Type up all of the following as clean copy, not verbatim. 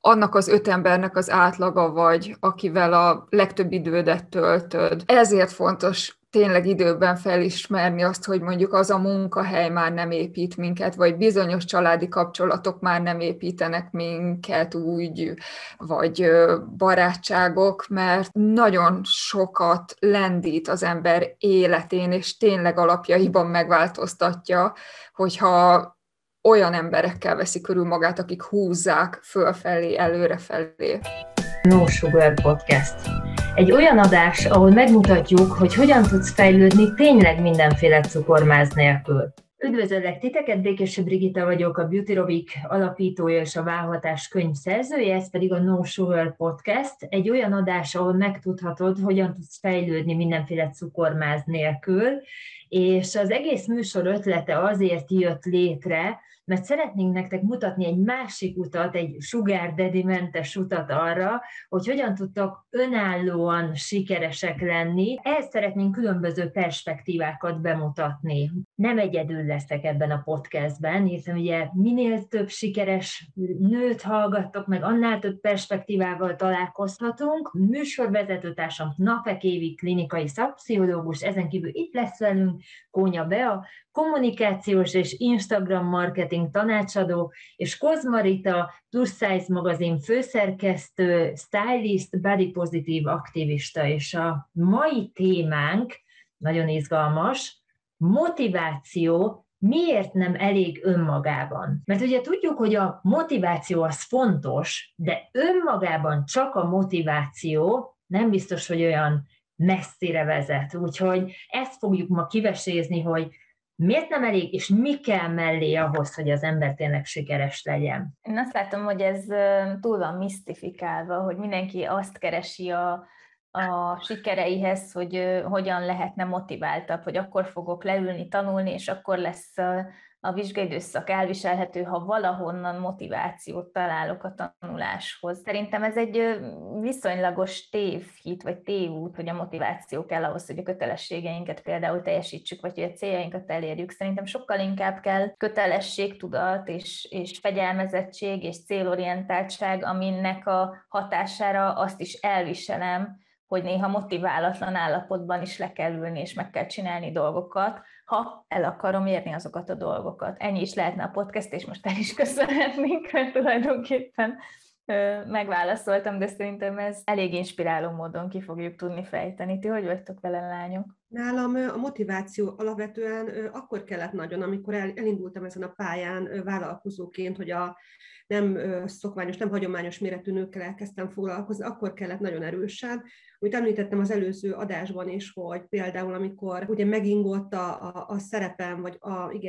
annak az 5 embernek az átlaga vagy, akivel a legtöbb idődet töltöd. Ezért fontos tényleg időben felismerni azt, hogy mondjuk az a munkahely már nem épít minket, vagy bizonyos családi kapcsolatok már nem építenek minket úgy, vagy barátságok, mert nagyon sokat lendít az ember életén, és tényleg alapjaiban megváltoztatja, hogyha olyan emberekkel veszi körül magát, akik húzzák fölfelé, előrefelé. No Sugar Podcast. Egy olyan adás, ahol megmutatjuk, hogy hogyan tudsz fejlődni tényleg mindenféle cukormáz nélkül. Üdvözöllek titeket, Békési Brigitta vagyok, a Beauty Robic alapítója és a Válhatás könyv szerzője, ez pedig a No Sugar Podcast. Egy olyan adás, ahol megtudhatod, hogyan tudsz fejlődni mindenféle cukormáz nélkül, és az egész műsor ötlete azért jött létre, mert szeretnénk nektek mutatni egy másik utat, egy sugar daddy mentes utat arra, hogy hogyan tudtok önállóan sikeresek lenni. Ehhez szeretnénk különböző perspektívákat bemutatni. Nem egyedül leszek ebben a podcastben, hiszen ugye minél több sikeres nőt hallgattok, meg annál több perspektívával találkozhatunk. Műsorvezetőtársam Napek Évi klinikai szakpszichológus, ezen kívül itt lesz velünk Kónya Bea, kommunikációs és Instagram marketing tanácsadó, és Kozma Rita, Plus Size magazin főszerkesztő, stylist, body positive aktivista, és a mai témánk nagyon izgalmas, motiváció miért nem elég önmagában. Mert ugye tudjuk, hogy a motiváció az fontos, de önmagában csak a motiváció nem biztos, hogy olyan messzire vezet. Úgyhogy ezt fogjuk ma kivesézni, hogy miért nem elég, és mi kell mellé ahhoz, hogy az ember tényleg sikeres legyen? Én azt látom, hogy ez túl van misztifikálva, hogy mindenki azt keresi a sikereihez, hogy hogyan lehetne motiváltabb, hogy akkor fogok leülni, tanulni, és akkor lesz a vizsgaidőszak elviselhető, ha valahonnan motivációt találok a tanuláshoz. Szerintem ez egy viszonylagos tévhit, vagy tévút, hogy a motiváció kell ahhoz, hogy a kötelességeinket például teljesítsük, vagy hogy a céljainkat elérjük. Szerintem sokkal inkább kell kötelességtudat, és fegyelmezettség, és célorientáltság, aminek a hatására azt is elviselem, hogy néha motiválatlan állapotban is le kell ülni, és meg kell csinálni dolgokat, ha el akarom érni azokat a dolgokat. Ennyi is lehetne a podcast, és most el is köszönhetnénk, mert tulajdonképpen megválaszoltam, de szerintem ez elég inspiráló módon ki fogjuk tudni fejteni. Ti hogy vagytok vele, lányok? Nálam a motiváció alapvetően akkor kellett nagyon, amikor elindultam ezen a pályán vállalkozóként, hogy nem szokványos, nem hagyományos méretű nőkkel elkezdtem foglalkozni, akkor kellett nagyon erősen. Úgy említettem az előző adásban is, hogy például amikor ugye megingott a szerepem, vagy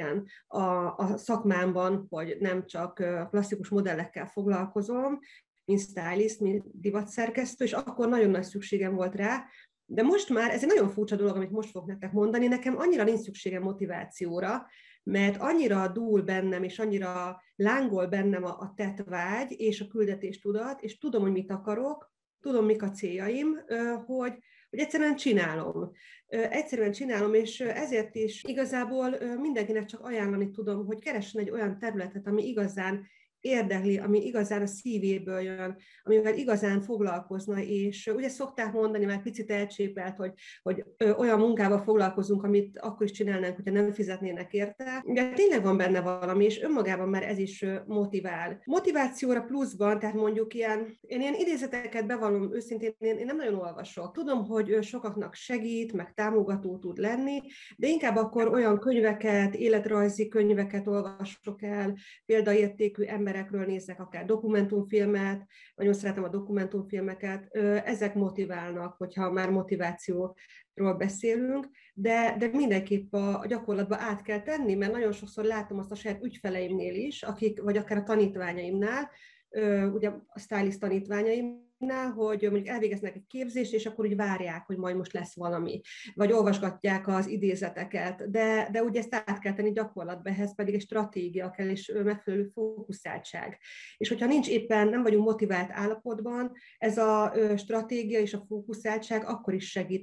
a szakmámban, hogy nem csak klasszikus modellekkel foglalkozom, mint stylist, mint divatszerkesztő, és akkor nagyon nagy szükségem volt rá. De most már, ez egy nagyon furcsa dolog, amit most fogok nektek mondani, nekem annyira nincs szükségem motivációra, mert annyira dúl bennem, és annyira lángol bennem a tettvágy, és a küldetéstudat, és tudom, hogy mit akarok, tudom, mik a céljaim, hogy egyszerűen csinálom. Egyszerűen csinálom, és ezért is igazából mindenkinek csak ajánlani tudom, hogy keressen egy olyan területet, ami igazán érdekli, ami igazán a szívéből jön, amivel igazán foglalkozna, és ugye szokták mondani, már picit elcsépelt, hogy olyan munkával foglalkozunk, amit akkor is csinálnánk, hogyha nem fizetnének érte. De tényleg van benne valami, és önmagában már ez is motivál. Motivációra pluszban, tehát mondjuk én ilyen idézeteket bevallom őszintén, én nem nagyon olvasok. Tudom, hogy sokaknak segít, meg támogató tud lenni, de inkább akkor olyan könyveket, életrajzi könyveket olvasok el, példaértékű emberekről nézek, akár dokumentumfilmet, nagyon szeretem a dokumentumfilmeket, ezek motiválnak, hogyha már motivációról beszélünk, de mindenképp a gyakorlatba át kell tenni, mert nagyon sokszor látom azt a saját ügyfeleimnél is, vagy akár a tanítványaimnál, ugye a stylist tanítványaimnál, hogy mondjuk elvégeznek egy képzést, és akkor úgy várják, hogy majd most lesz valami, vagy olvasgatják az idézeteket, de ugye ezt át kell tenni gyakorlatba, ehhez pedig egy stratégia kell, és megfelelő fókuszáltság. És hogyha nem vagyunk motivált állapotban, ez a stratégia és a fókuszáltság akkor is segít a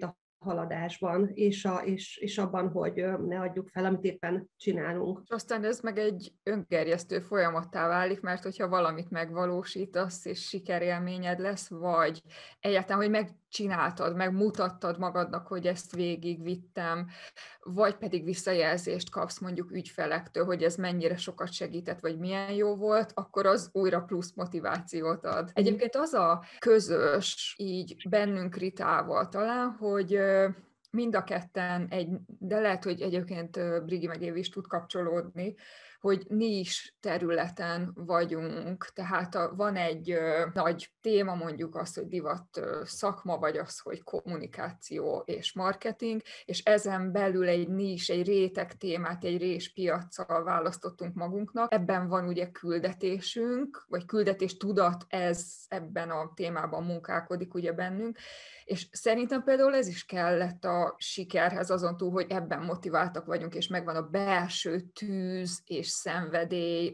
haladásban, és abban, hogy ne adjuk fel, amit éppen csinálunk. És aztán ez meg egy öngerjesztő folyamattá válik, mert hogyha valamit megvalósítasz, és sikerélményed lesz, vagy egyáltalán, hogy megcsináltad, megmutattad magadnak, hogy ezt végigvittem, vagy pedig visszajelzést kapsz mondjuk ügyfelektől, hogy ez mennyire sokat segített, vagy milyen jó volt, akkor az újra plusz motivációt ad. Egyébként az a közös így bennünk Ritával talán, hogy mind a ketten, de lehet, hogy egyébként Brigi meg Évi is tud kapcsolódni, hogy nis területen vagyunk, tehát van egy nagy téma, mondjuk az, hogy divat szakma, vagy az, hogy kommunikáció és marketing, és ezen belül egy nis, egy réteg témát, egy réspiaccal választottunk magunknak. Ebben van ugye küldetésünk, vagy küldetés tudat, ez ebben a témában munkálkodik ugye bennünk, és szerintem például ez is kellett a sikerhez, azon túl, hogy ebben motiváltak vagyunk, és megvan a belső tűz és szenvedély,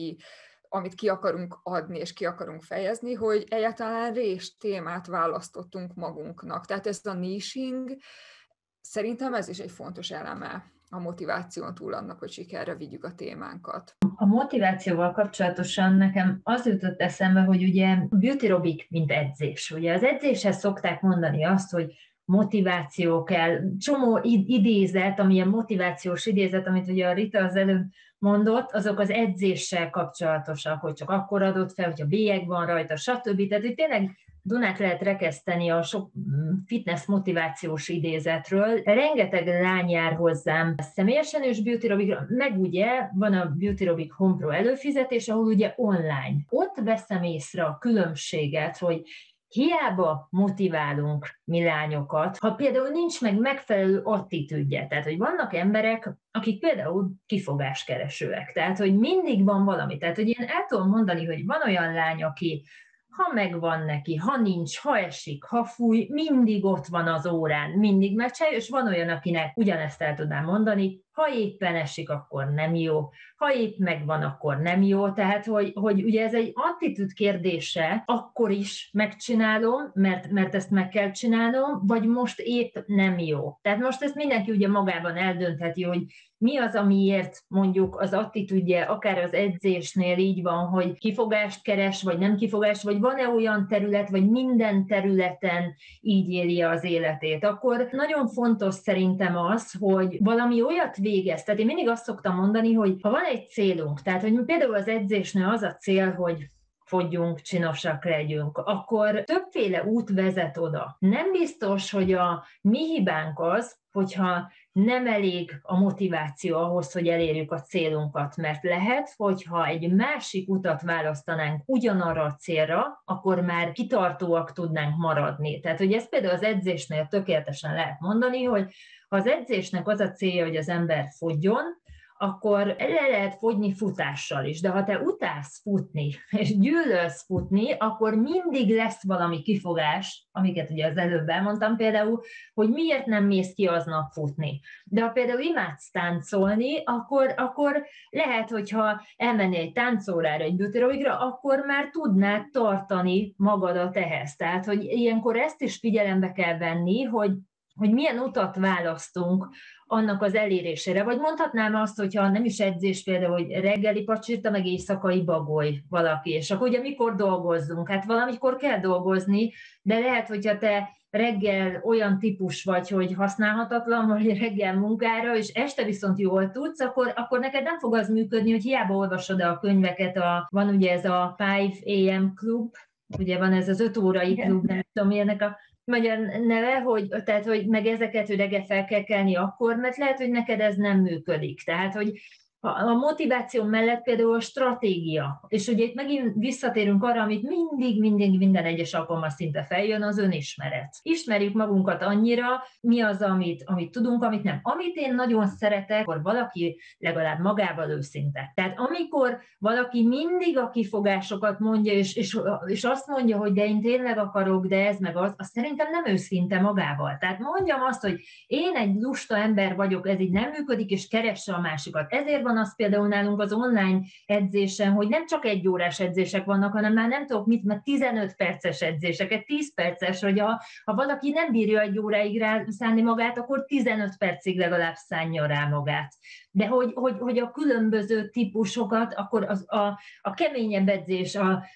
amit ki akarunk adni, és ki akarunk fejezni, hogy egyáltalán rés témát választottunk magunknak. Tehát ez a niching, szerintem ez is egy fontos eleme a motiváción túl annak, hogy sikerre vigyük a témánkat. A motivációval kapcsolatosan nekem az jutott eszembe, hogy ugye Beauty Aerobic, mint edzés. Ugye az edzéshez szokták mondani azt, hogy motiváció kell, csomó idézet, amilyen motivációs idézet, amit ugye a Rita az előbb mondott, azok az edzéssel kapcsolatosak, hogy csak akkor adott fel, hogyha bélyeg van rajta, stb. Tehát, hogy tényleg Dunát lehet rekeszteni a sok fitness motivációs idézetről. Rengeteg lány jár hozzám személyesen, és Beauty Aerobicra, meg ugye van a Beauty Aerobic Home Pro előfizetés, ahol ugye online. Ott veszem észre a különbséget, hogy hiába motiválunk mi lányokat, ha például nincs meg megfelelő attitűdje. Tehát, hogy vannak emberek, akik például kifogáskeresőek. Tehát, hogy mindig van valami. Tehát, hogy én el tudom mondani, hogy van olyan lány, aki ha megvan neki, ha nincs, ha esik, ha fúj, mindig ott van az órán, mindig megcsinálja, és van olyan, akinek ugyanezt el tudnám mondani, ha éppen esik, akkor nem jó, ha épp megvan, akkor nem jó, tehát, hogy ugye ez egy attitűd kérdése, akkor is megcsinálom, mert ezt meg kell csinálnom, vagy most épp nem jó. Tehát most ezt mindenki ugye magában eldöntheti, hogy mi az, amiért mondjuk az attitűdje, akár az edzésnél így van, hogy kifogást keres, vagy nem kifogást, vagy van-e olyan terület, vagy minden területen így éli az életét. Akkor nagyon fontos szerintem az, hogy valami olyat végez. Tehát én mindig azt szoktam mondani, hogy ha van egy célunk, tehát hogy például az edzésnél az a cél, hogy fogyjunk, csinosak legyünk, akkor többféle út vezet oda. Nem biztos, hogy a mi hibánk az, hogyha nem elég a motiváció ahhoz, hogy elérjük a célunkat, mert lehet, hogyha egy másik utat választanánk ugyanarra a célra, akkor már kitartóak tudnánk maradni. Tehát, hogy ezt például az edzésnél tökéletesen lehet mondani, hogy ha az edzésnek az a célja, hogy az ember fogjon, akkor le lehet fogyni futással is, de ha te utálsz futni, és gyűlölsz futni, akkor mindig lesz valami kifogás, amiket ugye az előbb elmondtam például, hogy miért nem mész ki aznap futni. De ha például imádsz táncolni, akkor lehet, hogyha elmennél egy táncórára, egy Beauty Aerobicra, akkor már tudnád tartani magadat ehhez. Tehát, hogy ilyenkor ezt is figyelembe kell venni, hogy milyen utat választunk annak az elérésére. Vagy mondhatnám azt, hogyha nem is edzés például, hogy reggeli pacsirta, meg éjszakai bagoly valaki, és akkor ugye mikor dolgozzunk? Hát valamikor kell dolgozni, de lehet, hogyha te reggel olyan típus vagy, hogy használhatatlan vagy reggel munkára, és este viszont jól tudsz, akkor neked nem fog az működni, hogy hiába olvasod a könyveket, van ugye ez a 5 AM klub, ugye van ez az 5 órai klub, nem tudom, milyennek a magyar neve, tehát, hogy meg ezeket, hogy reggel fel kell kelni akkor, mert lehet, hogy neked ez nem működik. Tehát, hogy a motiváció mellett például a stratégia, és ugye itt megint visszatérünk arra, amit mindig minden egyes alkalommal szinte feljön, az önismeret. Ismerjük magunkat annyira, mi az, amit tudunk, amit nem. Amit én nagyon szeretek, akkor valaki legalább magával őszinte. Tehát amikor valaki mindig a kifogásokat mondja, és azt mondja, hogy de én tényleg akarok, de ez meg az szerintem nem őszinte magával. Tehát mondjam azt, hogy én egy lusta ember vagyok, ez így nem működik, és keresse a másikat. Ezért van van az például nálunk az online edzésen, hogy nem csak 1 órás edzések vannak, hanem már nem tudok mit, mert 15 perces edzéseket, 10 perces, hogy ha valaki nem bírja 1 óráig rá szánni magát, akkor 15 percig legalább szánja rá magát. De hogy a különböző típusokat, akkor a keményebb edzés,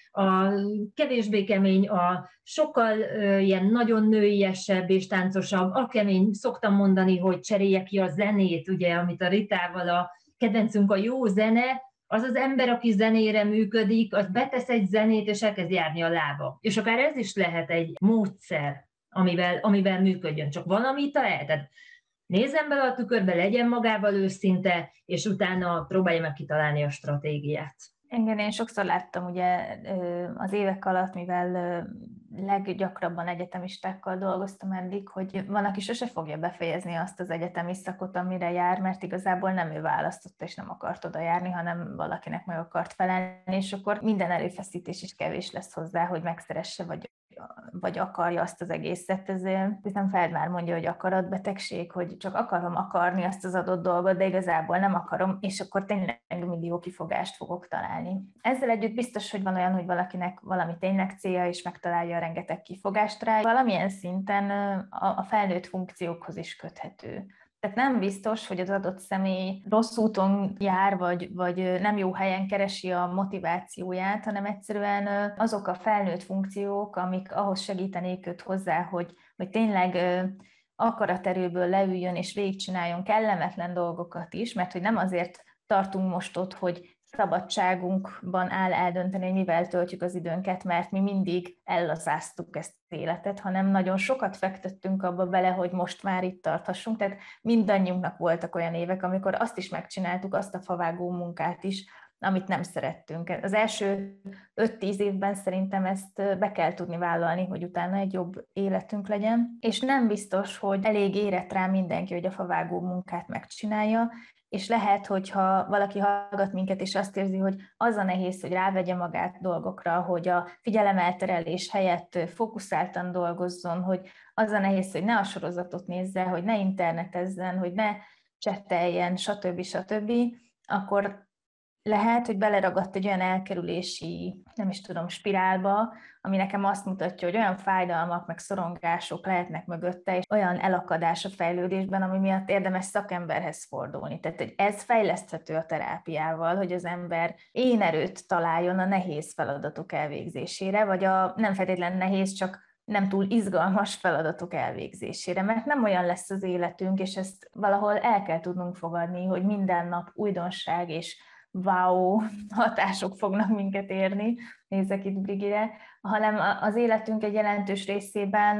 a kevésbé kemény, a sokkal ilyen nagyon nőiesebb és táncosabb, a kemény, szoktam mondani, hogy cserélje ki a zenét, ugye, amit a Ritával a kedvencünk a jó zene, az az ember, aki zenére működik, az betesz egy zenét, és elkezd járni a lába. És akár ez is lehet egy módszer, amivel működjön. Csak valamit tehát nézzen bele a tükörbe, legyen magával őszinte, és utána próbálja meg kitalálni a stratégiát. Igen, én sokszor láttam ugye az évek alatt, mivel leggyakrabban egyetemistákkal dolgoztam eddig, hogy van, aki sose fogja befejezni azt az egyetemi szakot, amire jár, mert igazából nem ő választotta, és nem akart oda járni, hanem valakinek meg akart felelni, és akkor minden erőfeszítés is kevés lesz hozzá, hogy megszeresse, vagy akarja azt az egészet. Hiszen Feldmár mondja, hogy akaratbetegség, hogy csak akarom akarni azt az adott dolgot, de igazából nem akarom, és akkor tényleg millió kifogást fogok találni. Ezzel együtt biztos, hogy van olyan, hogy valakinek valami tényleg célja, és megtalálja a rengeteg kifogást rá. Valamilyen szinten a felnőtt funkciókhoz is köthető. Tehát nem biztos, hogy az adott személy rossz úton jár, vagy nem jó helyen keresi a motivációját, hanem egyszerűen azok a felnőtt funkciók, amik ahhoz segítenék őt hozzá, hogy tényleg akaraterőből leüljön és végigcsináljon kellemetlen dolgokat is, mert hogy nem azért tartunk most ott, hogy szabadságunkban áll eldönteni, hogy mivel töltjük az időnket, mert mi mindig ellazáztuk ezt az életet, hanem nagyon sokat fektettünk abba bele, hogy most már itt tarthassunk. Tehát mindannyiunknak voltak olyan évek, amikor azt is megcsináltuk, azt a favágó munkát is, amit nem szerettünk. Az első 5-10 évben szerintem ezt be kell tudni vállalni, hogy utána egy jobb életünk legyen. És nem biztos, hogy elég érett rá mindenki, hogy a favágó munkát megcsinálja, és lehet, hogyha valaki hallgat minket, és azt érzi, hogy az a nehéz, hogy rávegye magát dolgokra, hogy a figyelemelterelés helyett fókuszáltan dolgozzon, hogy az a nehéz, hogy ne a sorozatot nézze, hogy ne internetezzen, hogy ne cseteljen, stb. Akkor lehet, hogy beleragadt egy olyan elkerülési, nem is tudom, spirálba, ami nekem azt mutatja, hogy olyan fájdalmak, meg szorongások lehetnek mögötte, és olyan elakadás a fejlődésben, ami miatt érdemes szakemberhez fordulni. Tehát, hogy ez fejleszthető a terápiával, hogy az ember énerőt találjon a nehéz feladatok elvégzésére, vagy a nem feltétlenül nehéz, csak nem túl izgalmas feladatok elvégzésére, mert nem olyan lesz az életünk, és ezt valahol el kell tudnunk fogadni, hogy minden nap újdonság és wow hatások fognak minket érni, nézek itt Brigire, hanem az életünk egy jelentős részében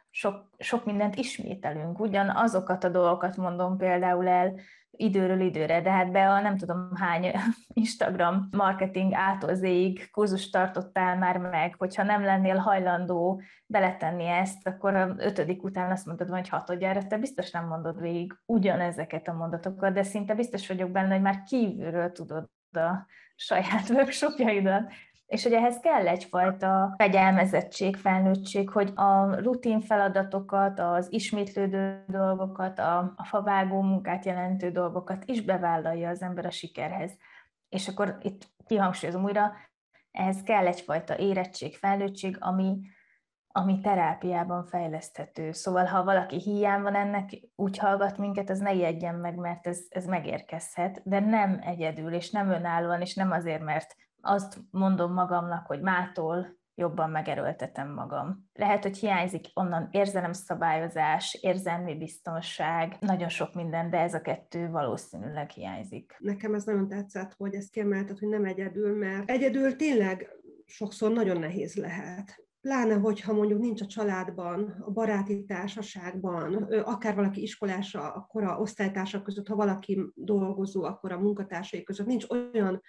sok mindent ismételünk. Ugyanazokat a dolgokat mondom például el időről időre, de hát be a nem tudom hány Instagram marketing A-tól Z-ig kurzust tartottál már meg, hogyha nem lennél hajlandó beletenni ezt, akkor a 5. után azt mondtad, hogy 6. te biztos nem mondod végig ugyanezeket a mondatokat, de szinte biztos vagyok benne, hogy már kívülről tudod a saját workshopjaidat. És hogy ehhez kell egyfajta fegyelmezettség, felnőttség, hogy a rutin feladatokat, az ismétlődő dolgokat, a favágó munkát jelentő dolgokat is bevállalja az ember a sikerhez. És akkor itt kihangsúlyozom újra, ehhez kell egyfajta érettség, felnőttség, ami terápiában fejleszthető. Szóval, ha valaki hiány van ennek, úgy hallgat minket, az ne ijedjen meg, mert ez megérkezhet, de nem egyedül, és nem önállóan, és nem azért, mert azt mondom magamnak, hogy mától jobban megerőltetem magam. Lehet, hogy hiányzik onnan érzelemszabályozás, érzelmi biztonság, nagyon sok minden, de ez a 2 valószínűleg hiányzik. Nekem ez nagyon tetszett, hogy ezt kiemelted, hogy nem egyedül, mert egyedül tényleg sokszor nagyon nehéz lehet. Pláne, hogyha mondjuk nincs a családban, a baráti társaságban, akár valaki iskolása, akkor a osztálytársak között, ha valaki dolgozó, akkor a munkatársai között nincs olyan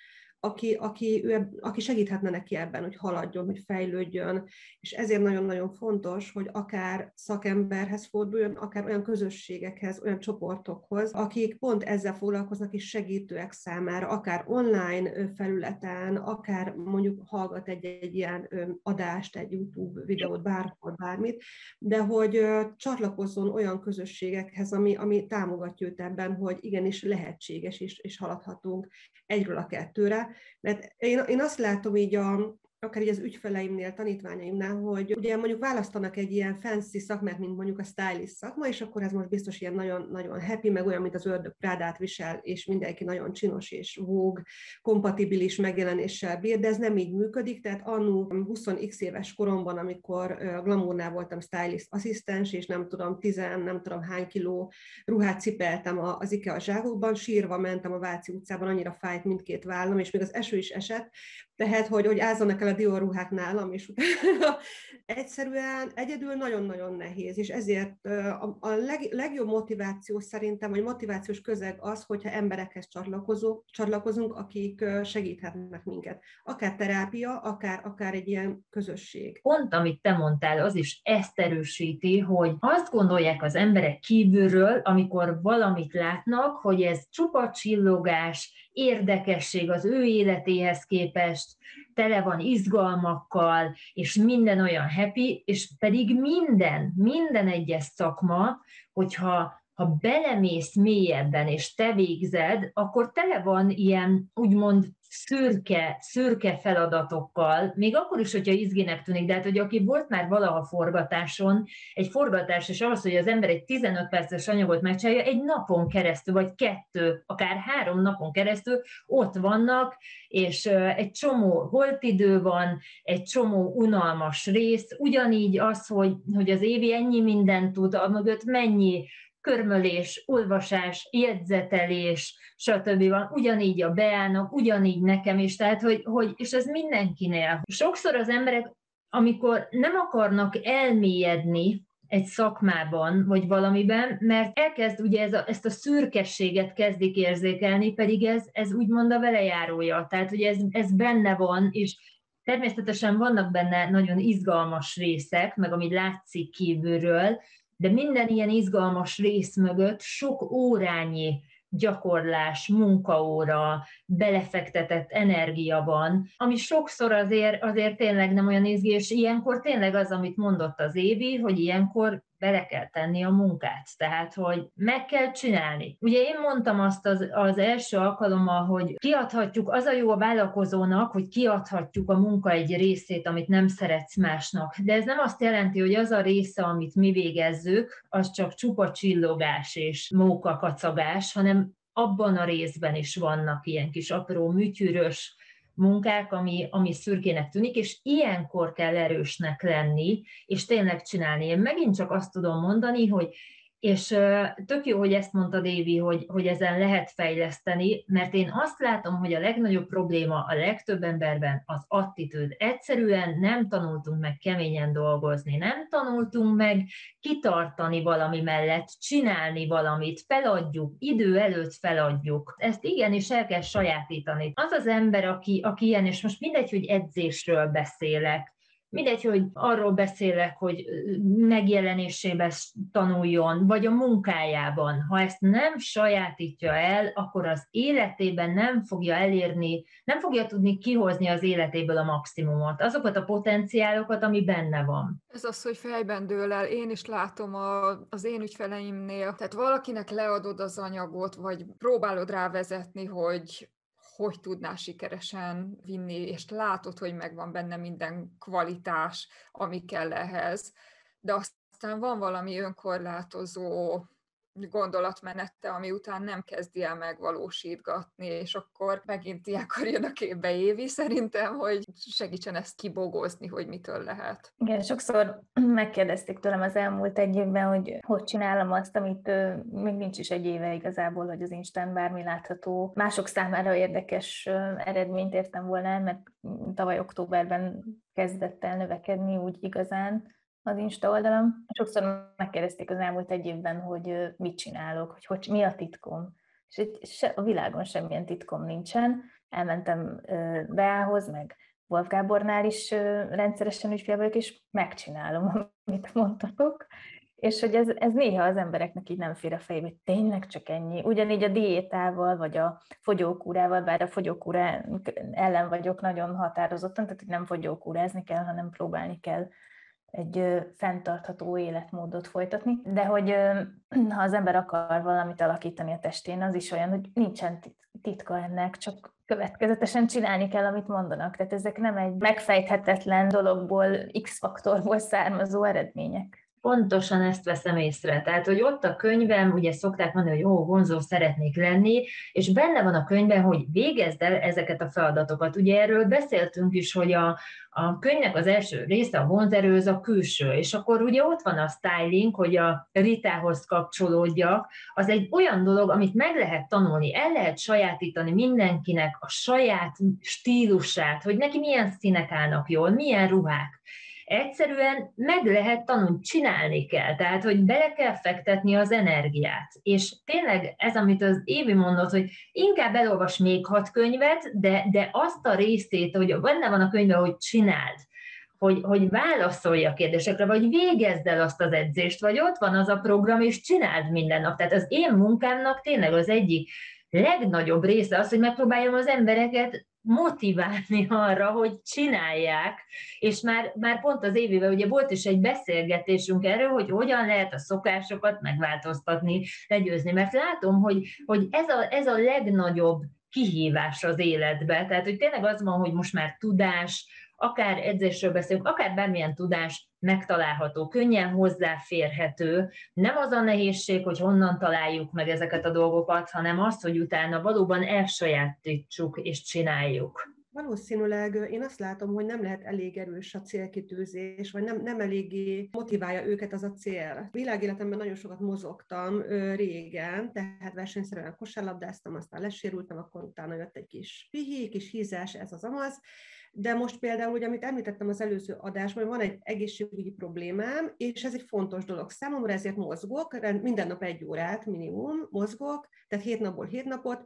aki segíthetne neki ebben, hogy haladjon, hogy fejlődjön, és ezért nagyon-nagyon fontos, hogy akár szakemberhez forduljon, akár olyan közösségekhez, olyan csoportokhoz, akik pont ezzel foglalkoznak, és segítőek számára, akár online felületen, akár mondjuk hallgat egy ilyen adást, egy YouTube videót, bárhol, bármit, de hogy csatlakozzon olyan közösségekhez, ami támogatja őt ebben, hogy igenis lehetséges, és haladhatunk egyről a kettőre. Mert én azt látom így akár így az ügyfeleimnél, tanítványaimnál, hogy ugye mondjuk választanak egy ilyen fancy szakmát, mint mondjuk a stylist szakma, és akkor ez most biztos ilyen nagyon, nagyon happy, meg olyan, mint az ördög Prádát visel, és mindenki nagyon csinos és vogue, kompatibilis megjelenéssel bír, de ez nem így működik, tehát annó 20x éves koromban, amikor a Glamournál voltam stylist asszisztens, és nem tudom hány kiló ruhát cipeltem az IKEA zsákokban, sírva mentem a Váci utcában, annyira fájt mindkét vállam, és még az eső is esett, tehát, hogy ázzanak el a Dior ruhák nálam, és utána egyszerűen egyedül nagyon-nagyon nehéz, és ezért a legjobb motiváció szerintem, vagy motivációs közeg az, hogyha emberekhez csatlakozunk, akik segíthetnek minket. Akár terápia, akár egy ilyen közösség. Pont, amit te mondtál, az is ezt erősíti, hogy azt gondolják az emberek kívülről, amikor valamit látnak, hogy ez csupa csillogás, érdekesség az ő életéhez képest, tele van izgalmakkal, és minden olyan happy, és pedig minden egyes szakma, hogyha belemész mélyebben, és te végzed, akkor tele van ilyen, úgymond szürke feladatokkal, még akkor is, hogyha izginek tűnik, de hát, hogy aki volt már valaha forgatáson, egy forgatás, és ahhoz, hogy az ember egy 15 perces anyagot megcsinálja, egy napon keresztül, vagy 2, akár 3 napon keresztül ott vannak, és egy csomó holtidő van, egy csomó unalmas rész, ugyanígy az, hogy az Évi ennyi mindent tud, mögött mennyi körmölés, olvasás, jegyzetelés, stb. Van, ugyanígy a Beának, ugyanígy nekem is, tehát, és ez mindenkinél. Sokszor az emberek, amikor nem akarnak elmélyedni egy szakmában, vagy valamiben, mert elkezd ugye ezt a szürkességet kezdik érzékelni, pedig ez úgymond a velejárója, tehát hogy ez benne van, és természetesen vannak benne nagyon izgalmas részek, meg amit látszik kívülről, de minden ilyen izgalmas rész mögött sok órányi gyakorlás, munkaóra, belefektetett energia van, ami sokszor azért tényleg nem olyan izgi, és ilyenkor tényleg az, amit mondott az Évi, hogy ilyenkor bele kell tenni a munkát, tehát, hogy meg kell csinálni. Ugye én mondtam azt az első alkalommal, hogy kiadhatjuk, az a jó a vállalkozónak, hogy kiadhatjuk a munka egy részét, amit nem szeretsz másnak. De ez nem azt jelenti, hogy az a része, amit mi végezzük, az csak csupa csillogás és móka kacagás, hanem abban a részben is vannak ilyen kis apró műtyűrös munkák, ami szürkének tűnik, és ilyenkor kell erősnek lenni, és tényleg csinálni. Én megint csak azt tudom mondani, és tök jó, hogy ezt mondta Évi, hogy ezen lehet fejleszteni, mert én azt látom, hogy a legnagyobb probléma a legtöbb emberben az attitűd. Egyszerűen nem tanultunk meg keményen dolgozni, nem tanultunk meg kitartani valami mellett, csinálni valamit, feladjuk, idő előtt feladjuk. Ezt igenis el kell sajátítani. Az az ember, aki ilyen, és most mindegy, hogy edzésről beszélek, mindegy, hogy arról beszélek, hogy megjelenésében tanuljon, vagy a munkájában. Ha ezt nem sajátítja el, akkor az életében nem fogja elérni, nem fogja tudni kihozni az életéből a maximumot, azokat a potenciálokat, ami benne van. Ez az, hogy fejben dől el. Én is látom az én ügyfeleimnél. Tehát valakinek leadod az anyagot, vagy próbálod rávezetni, hogy tudná sikeresen vinni, és látod, hogy megvan benne minden kvalitás, ami kell ehhez. De aztán van valami önkorlátozó gondolatmenete, ami után nem kezdi el megvalósítgatni, és akkor megint ilyenkor jön a képbe Évi szerintem, hogy segítsen ezt kibogozni, hogy mitől lehet. Igen, sokszor megkérdezték tőlem az elmúlt egy évben, hogy csinálom azt, amit még nincs is egy éve igazából, hogy az Instán bármi látható. Mások számára érdekes eredményt értem volna el, mert tavaly októberben kezdett el növekedni úgy igazán az Insta oldalam. Sokszor megkérdezték az elmúlt egy évben, hogy mit csinálok, hogy mi a titkom. És a világon semmilyen titkom nincsen, elmentem Beához, meg Wolf Gábornál is rendszeresen ügyfél vagyok, és megcsinálom, amit mondtatok. És hogy ez néha az embereknek így nem fér a fejbe, hogy tényleg csak ennyi. Ugyanígy a diétával, vagy a fogyókúrával, bár a fogyókúrá ellen vagyok nagyon határozottan, tehát hogy nem fogyókúrázni kell, hanem próbálni kell egy fenntartható életmódot folytatni. De hogy ha az ember akar valamit alakítani a testén, az is olyan, hogy nincsen titka ennek, csak következetesen csinálni kell, amit mondanak. Tehát ezek nem egy megfejthetetlen dologból, X-faktorból származó eredmények. Pontosan ezt veszem észre. Tehát, hogy ott a könyvben, ugye szokták mondani, hogy vonzó szeretnék lenni, és benne van a könyvben, hogy végezd el ezeket a feladatokat. Ugye erről beszéltünk is, hogy a könyvnek az első része, a vonzerő, az a külső, és akkor ugye ott van a styling, hogy a Ritához kapcsolódjak, az egy olyan dolog, amit meg lehet tanulni, el lehet sajátítani mindenkinek a saját stílusát, hogy neki milyen színek állnak jól, milyen ruhák. Egyszerűen meg lehet tanulni, csinálni kell, tehát, hogy bele kell fektetni az energiát. És tényleg ez, amit az Évi mondott, hogy inkább elolvas még 6 könyvet, de azt a részét, hogy benne van a könyvben, hogy csináld, hogy válaszolj a kérdésekre, vagy végezd el azt az edzést, vagy ott van az a program, és csináld minden nap. Tehát az én munkámnak tényleg az egyik legnagyobb része az, hogy megpróbáljam az embereket motiválni arra, hogy csinálják, és már pont az Évivel ugye volt is egy beszélgetésünk erről, hogy hogyan lehet a szokásokat megváltoztatni, legyőzni, mert látom, hogy ez a legnagyobb kihívás az életbe, tehát hogy tényleg az van, hogy most már tudás, akár edzésről beszélünk, akár bármilyen tudás megtalálható, könnyen hozzáférhető. Nem az a nehézség, hogy honnan találjuk meg ezeket a dolgokat, hanem az, hogy utána valóban elsajátítsuk és csináljuk. Valószínűleg én azt látom, hogy nem lehet elég erős a célkitűzés, vagy nem eléggé motiválja őket az a cél. Világéletemben nagyon sokat mozogtam régen, tehát versenyszerűen kosárlabdáztam, aztán lesérültem, akkor utána jött egy kis pihi, kis hízás, ez az amaz. De most például, ugye, amit említettem az előző adásban, van egy egészségügyi problémám, és ez egy fontos dolog számomra, ezért mozgok, minden nap 1 órát minimum mozgok, tehát 7 napból 7 napot,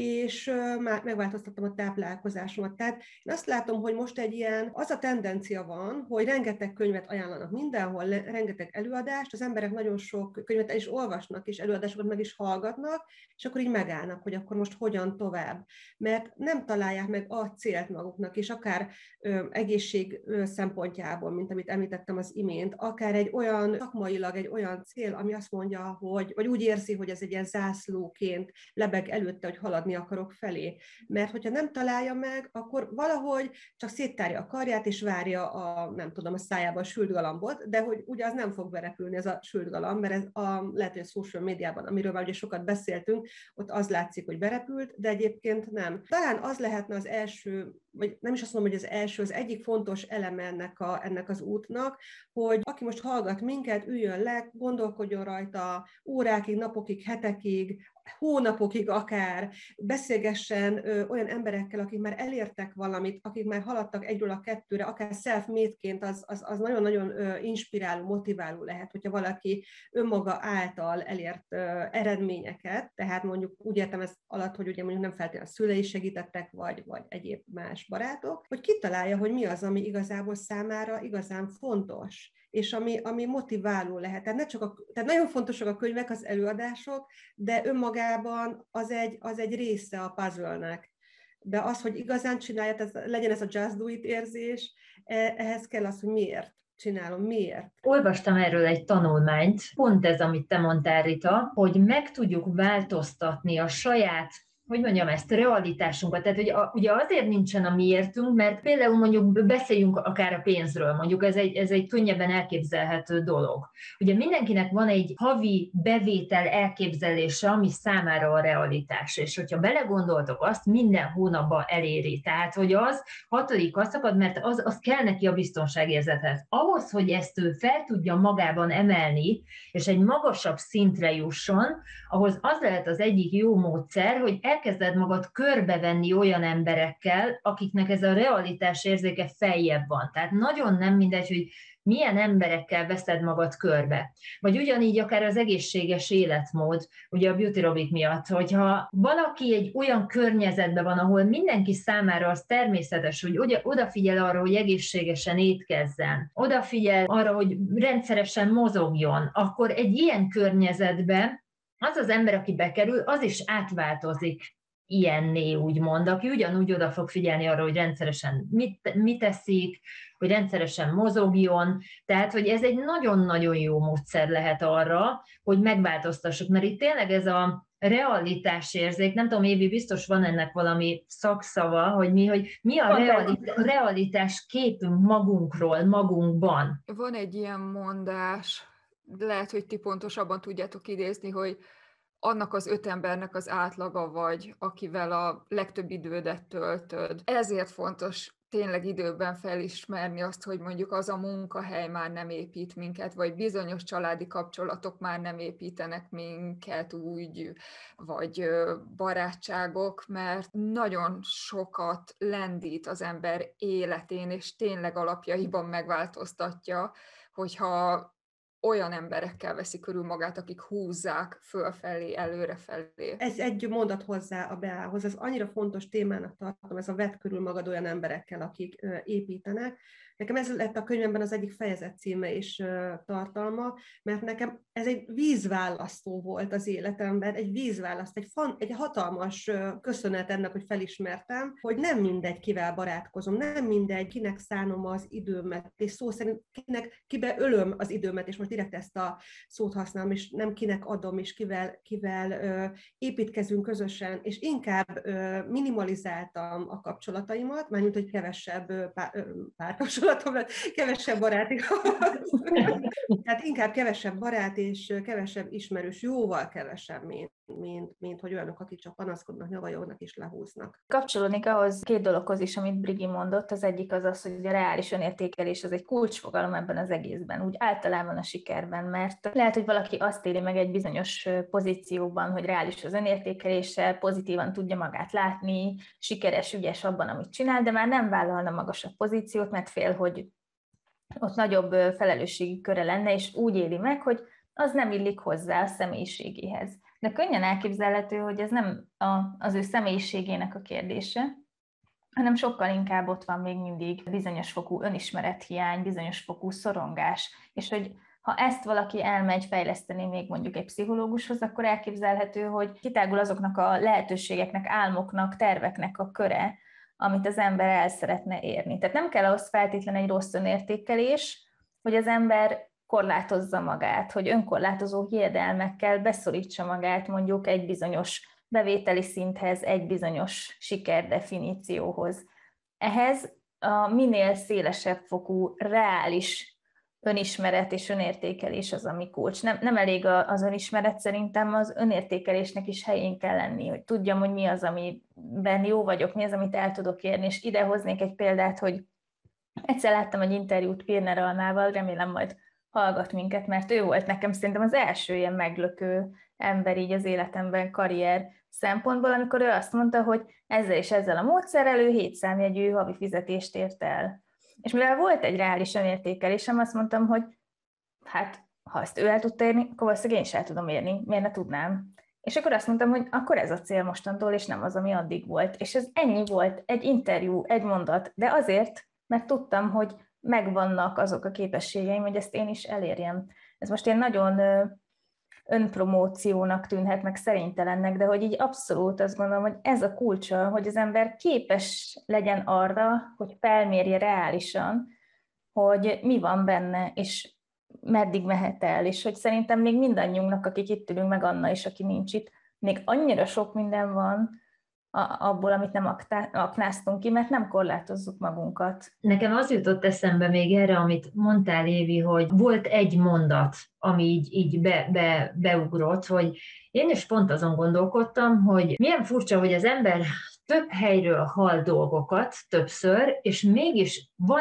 és már megváltoztattam a táplálkozásomat. Tehát én azt látom, hogy most az a tendencia van, hogy rengeteg könyvet ajánlanak mindenhol, rengeteg előadást, az emberek nagyon sok könyvet el is olvasnak, és előadásokat meg is hallgatnak, és akkor így megállnak, hogy akkor most hogyan tovább. Mert nem találják meg a célt maguknak, és akár egészség szempontjából, mint amit említettem az imént, akár egy olyan szakmailag egy olyan cél, ami azt mondja, vagy úgy érzi, hogy ez egy ilyen zászlóként lebeg előtte, hogy haladni akarok felé. Mert hogyha nem találja meg, akkor valahogy csak széttárja a karját, és várja a szájába a sült galambot, de hogy ugye az nem fog berepülni, ez a sült galamb, mert ez lehet, hogy a social médiában, amiről már ugye sokat beszéltünk, ott az látszik, hogy berepült, de egyébként nem. Talán az lehetne az első, vagy nem is azt mondom, hogy az első, az egyik fontos eleme ennek az útnak, hogy aki most hallgat minket, üljön le, gondolkodjon rajta órákig, napokig, hetekig, hónapokig akár, beszélgessen olyan emberekkel, akik már elértek valamit, akik már haladtak 1-ről a 2-re, akár self-made-ként, az nagyon-nagyon inspiráló, motiváló lehet, hogyha valaki önmaga által elért eredményeket, tehát mondjuk úgy értem ezt alatt, hogy ugye mondjuk nem feltétlenül a szülei segítettek, vagy egyéb más barátok, hogy kitalálja, hogy mi az, ami igazából számára igazán fontos, és ami motiváló lehet. Tehát nagyon fontosak a könyvek, az előadások, de önmagában az egy része a puzzle-nek. De az, hogy igazán csinálja, legyen ez a just do it érzés, ehhez kell az, hogy miért csinálom, miért. Olvastam erről egy tanulmányt, pont ez, amit te mondtál, Rita, hogy meg tudjuk változtatni a saját, ezt realitásunkat. Tehát ugye azért nincsen a miértünk, mert például mondjuk beszéljünk akár a pénzről, mondjuk ez egy könnyebben elképzelhető dolog. Ugye mindenkinek van egy havi bevétel elképzelése, ami számára a realitás, és hogyha belegondoltok, azt minden hónapban eléri. Tehát, hogy az 6. szakad, mert az kell neki a biztonságérzethez. Ahhoz, hogy ezt ő fel tudja magában emelni, és egy magasabb szintre jusson, ahhoz az lehet az egyik jó módszer, hogy elkezded magad körbevenni olyan emberekkel, akiknek ez a realitás érzéke feljebb van. Tehát nagyon nem mindegy, hogy milyen emberekkel veszed magad körbe. Vagy ugyanígy akár az egészséges életmód, ugye a Beauty Robik miatt, hogyha valaki egy olyan környezetben van, ahol mindenki számára az természetes, hogy ugye odafigyel arra, hogy egészségesen étkezzen, odafigyel arra, hogy rendszeresen mozogjon, akkor egy ilyen környezetben az az ember, aki bekerül, az is átváltozik ilyenné, úgymond, aki ugyanúgy oda fog figyelni arra, hogy rendszeresen mit teszik, hogy rendszeresen mozogjon, tehát, hogy ez egy nagyon-nagyon jó módszer lehet arra, hogy megváltoztassuk, mert itt tényleg ez a realitásérzék, nem tudom, Évi, biztos van ennek valami szakszava, hogy mi a realitás képünk magunkról, magunkban. Van egy ilyen mondás, lehet, hogy ti pontosabban tudjátok idézni, hogy annak az 5 embernek az átlaga vagy, akivel a legtöbb idődet töltöd. Ezért fontos tényleg időben felismerni azt, hogy mondjuk az a munkahely már nem épít minket, vagy bizonyos családi kapcsolatok már nem építenek minket úgy, vagy barátságok, mert nagyon sokat lendít az ember életén, és tényleg alapjaiban megváltoztatja, hogyha olyan emberekkel veszi körül magát, akik húzzák fölfelé, előrefelé. Ez egy mondat hozzá a Beához, ez annyira fontos témának tartom, ez a vedd körül magad olyan emberekkel, akik építenek. Nekem ez lett a könyvemben az egyik fejezet címe és tartalma, mert nekem ez egy vízválasztó volt az életemben, egy vízválaszt, egy hatalmas köszönet ennek, hogy felismertem, hogy nem mindegy, kivel barátkozom, nem mindegy, kinek szánom az időmet, és szó szerint kibe ölöm az időmet, és most direkt ezt a szót használom, és nem kinek adom, és kivel építkezünk közösen, és inkább minimalizáltam a kapcsolataimat, mármint, hogy kevesebb párkapcsolatom lett, kevesebb baráti. Tehát inkább kevesebb barát és kevesebb ismerős, jóval kevesebb, mint hogy olyanok, akik csak panaszkodnak, nyavajognak és lehúznak. Kapcsolódnék ahhoz 2 dologhoz is, amit Brigi mondott. Az egyik az, hogy a reális önértékelés az egy kulcsfogalom ebben az egészben, úgy általában a sikerben, mert lehet, hogy valaki azt éli meg egy bizonyos pozícióban, hogy reális az önértékelése, pozitívan tudja magát látni, sikeres, ügyes abban, amit csinál, de már nem vállalna magasabb pozíciót, mert fél, hogy ott nagyobb felelősségi köre lenne, és úgy éli meg, hogy az nem illik hozzá a személyiségéhez. De könnyen elképzelhető, hogy ez nem az ő személyiségének a kérdése, hanem sokkal inkább ott van még mindig bizonyos fokú önismerethiány, bizonyos fokú szorongás, és hogy ha ezt valaki elmegy fejleszteni még mondjuk egy pszichológushoz, akkor elképzelhető, hogy kitágul azoknak a lehetőségeknek, álmoknak, terveknek a köre, amit az ember el szeretne érni. Tehát nem kell ahhoz feltétlenül egy rossz önértékelés, hogy az ember korlátozza magát, hogy önkorlátozó hiedelmekkel beszorítsa magát mondjuk egy bizonyos bevételi szinthez, egy bizonyos sikerdefinícióhoz. Ehhez a minél szélesebb fokú reális önismeret és önértékelés az, ami kulcs. Nem elég az önismeret, szerintem az önértékelésnek is helyén kell lenni, hogy tudjam, hogy mi az, amiben jó vagyok, mi az, amit el tudok érni, és ide hoznék egy példát, hogy egyszer láttam egy interjút Pirner Almával, remélem majd hallgat minket, mert ő volt nekem szerintem az első ilyen meglökő ember így az életemben karrier szempontból, amikor ő azt mondta, hogy ezzel és ezzel a módszerrel ő 7 számjegyű havi fizetést ért el. És mivel volt egy reális önértékelésem, azt mondtam, hogy hát, ha ezt ő el tudta érni, akkor valószínűleg én is el tudom érni, miért ne tudnám. És akkor azt mondtam, hogy akkor ez a cél mostantól, és nem az, ami addig volt. És ez ennyi volt, egy interjú, egy mondat, de azért, mert tudtam, hogy megvannak azok a képességeim, hogy ezt én is elérjem. Ez most ilyen nagyon önpromóciónak tűnhet, meg szerénytelennek, de hogy így abszolút azt gondolom, hogy ez a kulcsa, hogy az ember képes legyen arra, hogy felmérje reálisan, hogy mi van benne, és meddig mehet el, és hogy szerintem még mindannyiunknak, akik itt ülünk, meg Anna is, aki nincs itt, még annyira sok minden van abból, amit nem aknáztunk ki, mert nem korlátozzuk magunkat. Nekem az jutott eszembe még erre, amit mondtál, Évi, hogy volt egy mondat, ami így beugrott, hogy én is pont azon gondolkodtam, hogy milyen furcsa, hogy az ember több helyről hall dolgokat többször, és mégis van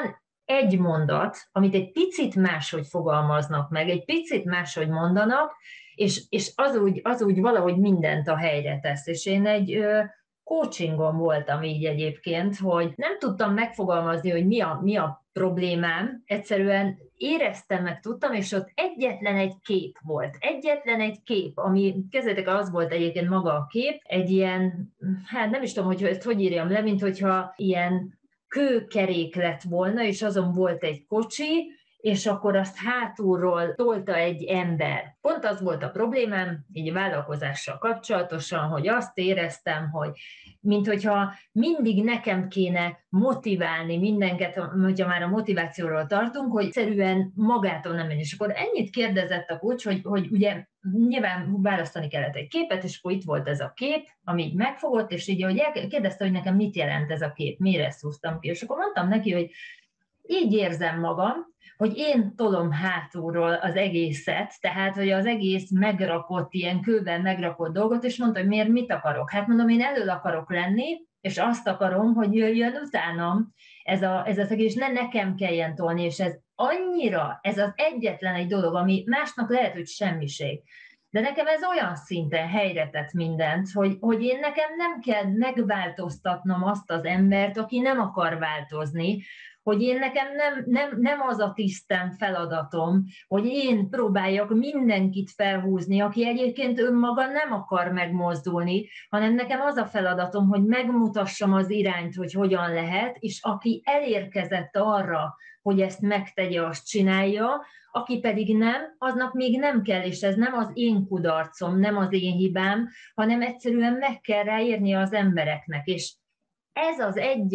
egy mondat, amit egy picit máshogy fogalmaznak meg, egy picit máshogy mondanak, és az úgy valahogy mindent a helyre tesz. És én egy coachingon voltam így egyébként, hogy nem tudtam megfogalmazni, hogy mi a problémám, egyszerűen éreztem, meg tudtam, és ott egyetlen egy kép volt. Egyetlen egy kép, ami, kezdetek, az volt egyébként maga a kép, egy ilyen, hát nem is tudom, hogy ezt hogy írjam le, mint hogyha ilyen kőkerék lett volna, és azon volt egy kocsi, és akkor azt hátulról tolta egy ember. Pont az volt a problémám, így a vállalkozással kapcsolatosan, hogy azt éreztem, hogy mint hogyha mindig nekem kéne motiválni mindenket, hogyha már a motivációról tartunk, hogy egyszerűen magától nem menj. És akkor ennyit kérdezett a coach, hogy ugye nyilván választani kellett egy képet, és akkor itt volt ez a kép, ami így megfogott, és így, hogy kérdezte, hogy nekem mit jelent ez a kép, mire ezt húztam ki. És akkor mondtam neki, hogy így érzem magam, hogy én tolom hátulról az egészet, tehát, hogy az egész megrakott, ilyen kővel megrakott dolgot, és mondta, hogy miért mit akarok. Hát mondom, én elől akarok lenni, és azt akarom, hogy jöjjön utánam ez az egész, ne nekem kelljen tolni, és ez annyira, ez az egyetlen egy dolog, ami másnak lehet, hogy semmiség. De nekem ez olyan szinten helyre tett mindent, hogy én nekem nem kell megváltoztatnom azt az embert, aki nem akar változni, hogy én nekem nem az a tisztem, feladatom, hogy én próbáljak mindenkit felhúzni, aki egyébként önmaga nem akar megmozdulni, hanem nekem az a feladatom, hogy megmutassam az irányt, hogy hogyan lehet, és aki elérkezett arra, hogy ezt megtegye, azt csinálja, aki pedig nem, aznak még nem kell, és ez nem az én kudarcom, nem az én hibám, hanem egyszerűen meg kell ráérni az embereknek, és ez az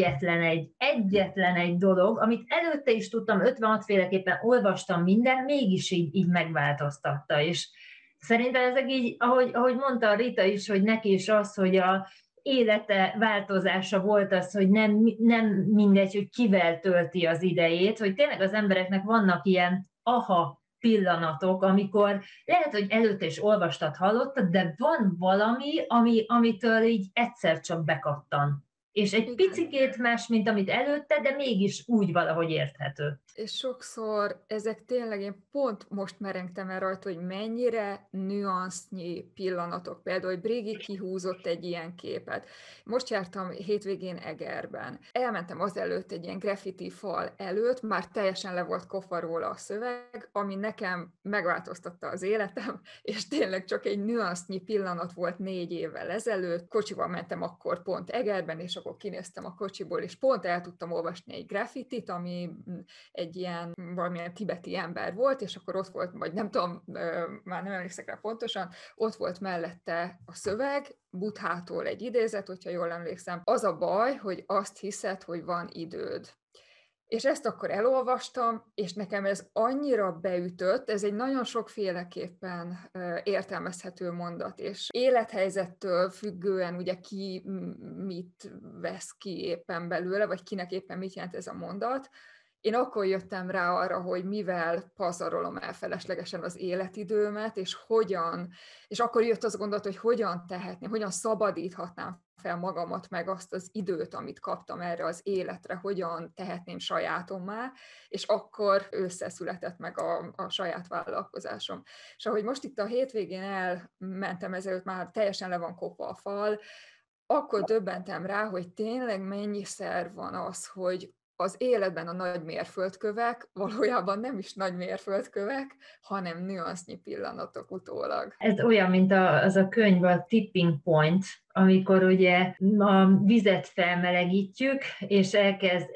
egyetlen egy dolog, amit előtte is tudtam, 56 féleképpen olvastam minden, mégis így megváltoztatta. És szerintem ezek így, ahogy mondta a Rita is, hogy neki is az, hogy a élete változása volt az, hogy nem mindegy, hogy kivel tölti az idejét, hogy tényleg az embereknek vannak ilyen aha pillanatok, amikor lehet, hogy előtte is olvastad, hallottad, de van valami, amitől így egyszer csak bekattan. És egy picikét más, mint amit előtte, de mégis úgy valahogy érthető. És sokszor ezek tényleg, én pont most merengtem el rajta, hogy mennyire nüansznyi pillanatok. Például, hogy Brigi kihúzott egy ilyen képet. Most jártam hétvégén Egerben. Elmentem azelőtt egy ilyen graffiti fal előtt, már teljesen le volt kofa róla a szöveg, ami nekem megváltoztatta az életem, és tényleg csak egy nüansznyi pillanat volt 4 évvel ezelőtt. Kocsival mentem akkor pont Egerben, és akkor kinéztem a kocsiból, és pont el tudtam olvasni egy graffitit, ami egy ilyen valamilyen tibeti ember volt, és akkor ott volt, vagy nem tudom, már nem emlékszek rá pontosan, ott volt mellette a szöveg, Buddhától egy idézet, hogyha jól emlékszem. Az a baj, hogy azt hiszed, hogy van időd. És ezt akkor elolvastam, és nekem ez annyira beütött, ez egy nagyon sokféleképpen értelmezhető mondat, és élethelyzettől függően ugye ki mit vesz ki éppen belőle, vagy kinek éppen mit jelent ez a mondat. Én akkor jöttem rá arra, hogy mivel pazarolom el feleslegesen az életidőmet, és akkor jött az a gondolat, hogy hogyan tehetném, hogyan szabadíthatnám fel magamat, meg azt az időt, amit kaptam erre az életre, hogyan tehetném sajátommá, és akkor összeszületett meg a saját vállalkozásom. És ahogy most itt a hétvégén elmentem ezelőtt, már teljesen le van kopva a fal, akkor döbbentem rá, hogy tényleg mennyiszer van az, hogy az életben a nagy mérföldkövek valójában nem is nagy mérföldkövek, hanem nüansznyi pillanatok utólag. Ez olyan, mint az a könyv, a Tipping Point, amikor ugye a vizet felmelegítjük, és elkezd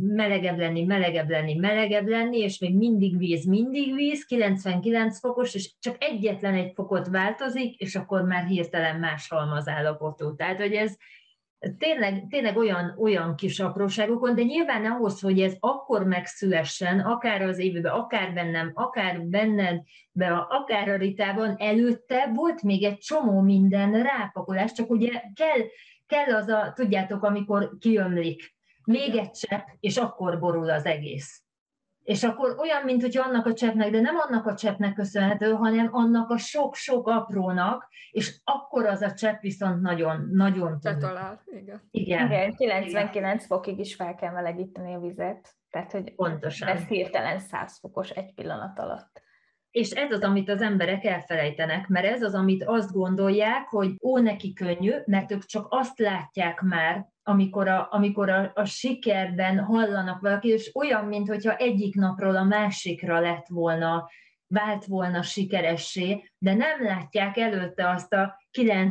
melegebb lenni, és még mindig víz, 99 fokos, és csak egyetlen egy fokot változik, és akkor már hirtelen más halmazállapotú. Tehát, hogy ez tényleg olyan kis apróságokon, de nyilván ahhoz, hogy ez akkor megszülessen, akár az évben, akár bennem, akár benned, akár a Ritában, előtte volt még egy csomó minden rápakolás, csak ugye kell az tudjátok, amikor kiömlik. Még egy csepp, és akkor borul az egész. És akkor olyan, mint hogy annak a cseppnek, de nem annak a cseppnek köszönhető, hanem annak a sok-sok aprónak, és akkor az a csepp viszont nagyon betalál, igen. Igen, 99 fokig is fel kell melegíteni a vizet. Tehát, hogy Pontosan. lesz hirtelen 100 fokos egy pillanat alatt. És ez az, amit az emberek elfelejtenek, mert ez az, amit azt gondolják, hogy neki könnyű, mert ők csak azt látják már, amikor a sikerben hallanak valaki, és olyan, mintha egyik napról a másikra vált volna sikeressé, de nem látják előtte azt a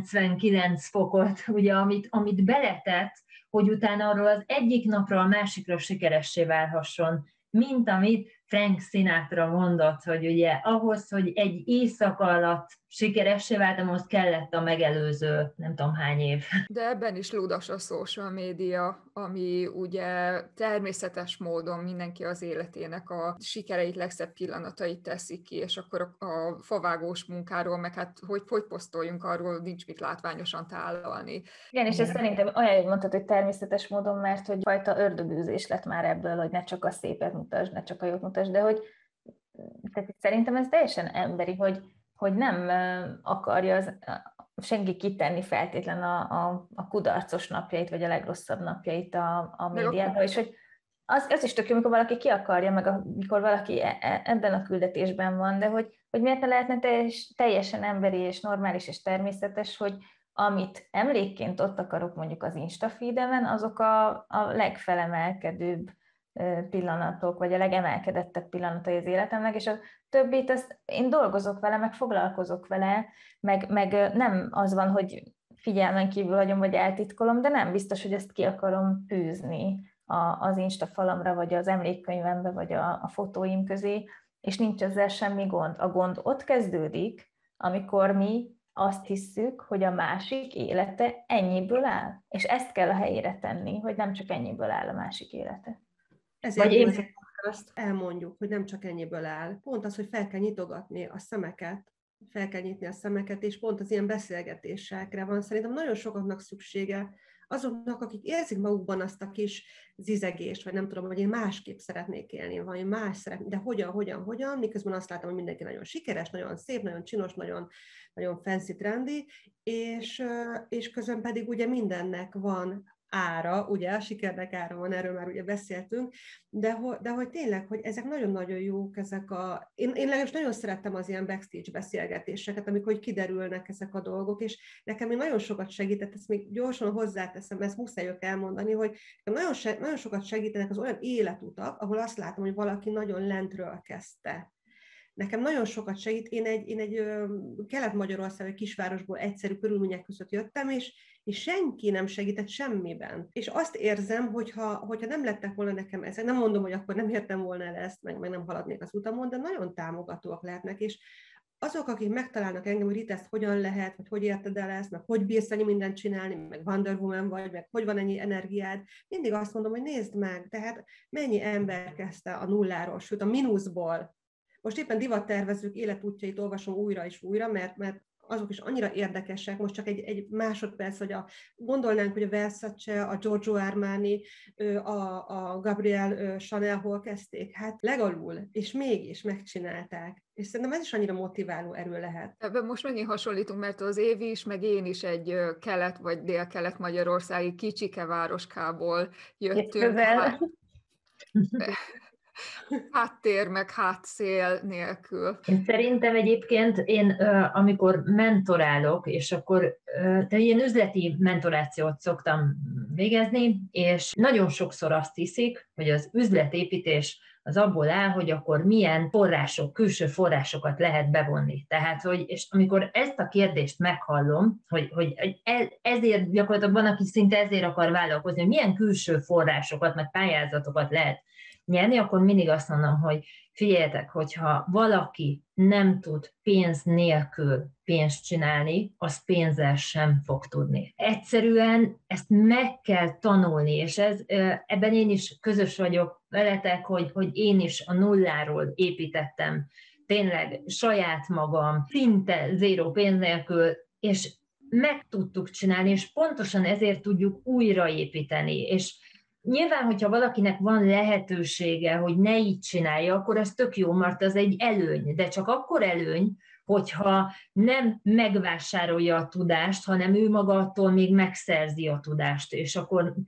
99 fokot, ugye, amit beletett, hogy utána arról az egyik napról a másikra sikeressé válhasson. Mint amit Frank Sinatra mondott, hogy ugye ahhoz, hogy egy éjszaka alatt sikeressé váltam, ahhoz kellett a megelőző nem tudom hány év. De ebben is ludas a social média, ami ugye természetes módon mindenki az életének a sikereit, legszebb pillanatait teszik ki, és akkor a favágós munkáról, meg hát hogy posztoljunk, arról nincs mit látványosan tálalni. Igen, és ez szerintem olyan, hogy mondtad, hogy természetes módon, mert hogy fajta ördögűzés lett már ebből, hogy ne csak a szépet mutasd, ne csak a jót mutasd, de hogy tehát szerintem ez teljesen emberi, hogy nem akarja senki kitenni feltétlen a kudarcos napjait, vagy a legrosszabb napjait a médiában, és hogy az is tök jó, amikor valaki ki akarja, meg amikor valaki ebben a küldetésben van, de hogy miért ne lehetne teljesen emberi és normális és természetes, hogy amit emlékként ott akarok mondjuk az Insta feedemen, azok a legfelemelkedőbb pillanatok, vagy a legemelkedettebb pillanatai az életemnek, és a többit én dolgozok vele, meg foglalkozok vele, meg nem az van, hogy figyelmen kívül hagyom, vagy eltitkolom, de nem biztos, hogy ezt ki akarom fűzni az Insta falamra, vagy az emlékkönyvembe, vagy a fotóim közé, és nincs ezzel semmi gond. A gond ott kezdődik, amikor mi azt hisszük, hogy a másik élete ennyiből áll, és ezt kell a helyére tenni, hogy nem csak ennyiből áll a másik élete. Ezért azt elmondjuk, hogy nem csak ennyiből áll. Pont az, hogy fel kell nyitogatni a szemeket, és pont az ilyen beszélgetésekre van szerintem nagyon sokaknak szüksége, azoknak, akik érzik magukban azt a kis zizegést, vagy nem tudom, hogy én másképp szeretnék élni, vagy más szeretnék, de hogyan, miközben azt látom, hogy mindenki nagyon sikeres, nagyon szép, nagyon csinos, nagyon fancy, trendy, és közben pedig ugye mindennek van ára, ugye a sikernek ára van, erről már ugye beszéltünk, de hogy tényleg, hogy ezek nagyon-nagyon jók, én legalábbis nagyon szerettem az ilyen backstage beszélgetéseket, amikor kiderülnek ezek a dolgok, és nekem még nagyon sokat segített, ezt még gyorsan hozzáteszem, ezt muszáj elmondani, hogy nagyon sokat segítenek az olyan életutak, ahol azt látom, hogy valaki nagyon lentről kezdte. Nekem nagyon sokat segít, én egy Kelet-Magyarország kisvárosból egyszerű körülmények között jöttem, és senki nem segített semmiben. És azt érzem, hogyha nem lettek volna nekem ezek, nem mondom, hogy akkor nem értem volna el ezt, meg nem haladnék az utamon, de nagyon támogatóak lehetnek, és azok, akik megtalálnak engem, hogy itt ezt hogyan lehet, vagy hogy érted el ezt, meg hogy bírsz ennyi mindent csinálni, meg Wonder Woman vagy, meg hogy van ennyi energiád, mindig azt mondom, hogy nézd meg, tehát mennyi ember kezdte a nulláról, sőt a mínuszból. Most éppen divattervezők életútjait olvasom újra és újra, mert azok is annyira érdekesek, most csak egy másodperc, hogy gondolnánk, hogy a Versace, a Giorgio Armani, a Gabrielle Chanel hol kezdték, hát legalul, és mégis megcsinálták. És szerintem ez is annyira motiváló erő lehet. Ebben most megint hasonlítunk, mert az Évi is, meg én is egy kelet- vagy dél-kelet-magyarországi kicsike városkából jöttünk. Háttér meg hátszél nélkül. Én szerintem egyébként amikor mentorálok, és akkor de ilyen üzleti mentorációt szoktam végezni, és nagyon sokszor azt hiszik, hogy az üzletépítés az abból áll, hogy akkor milyen külső forrásokat lehet bevonni. Tehát, és amikor ezt a kérdést meghallom, hogy ezért gyakorlatilag van, aki szinte ezért akar vállalkozni, hogy milyen külső forrásokat, meg pályázatokat lehet nyerni, akkor mindig azt mondom, hogy figyeljetek, hogyha valaki nem tud pénz nélkül pénzt csinálni, az pénzzel sem fog tudni. Egyszerűen ezt meg kell tanulni, és ebben én is közös vagyok veletek, hogy én is a nulláról építettem tényleg saját magam, szinte zéró pénz nélkül, és meg tudtuk csinálni, és pontosan ezért tudjuk újraépíteni, és nyilván, hogyha valakinek van lehetősége, hogy ne így csinálja, akkor ez tök jó, mert az egy előny, de csak akkor előny, hogyha nem megvásárolja a tudást, hanem ő maga attól még megszerzi a tudást, és akkor több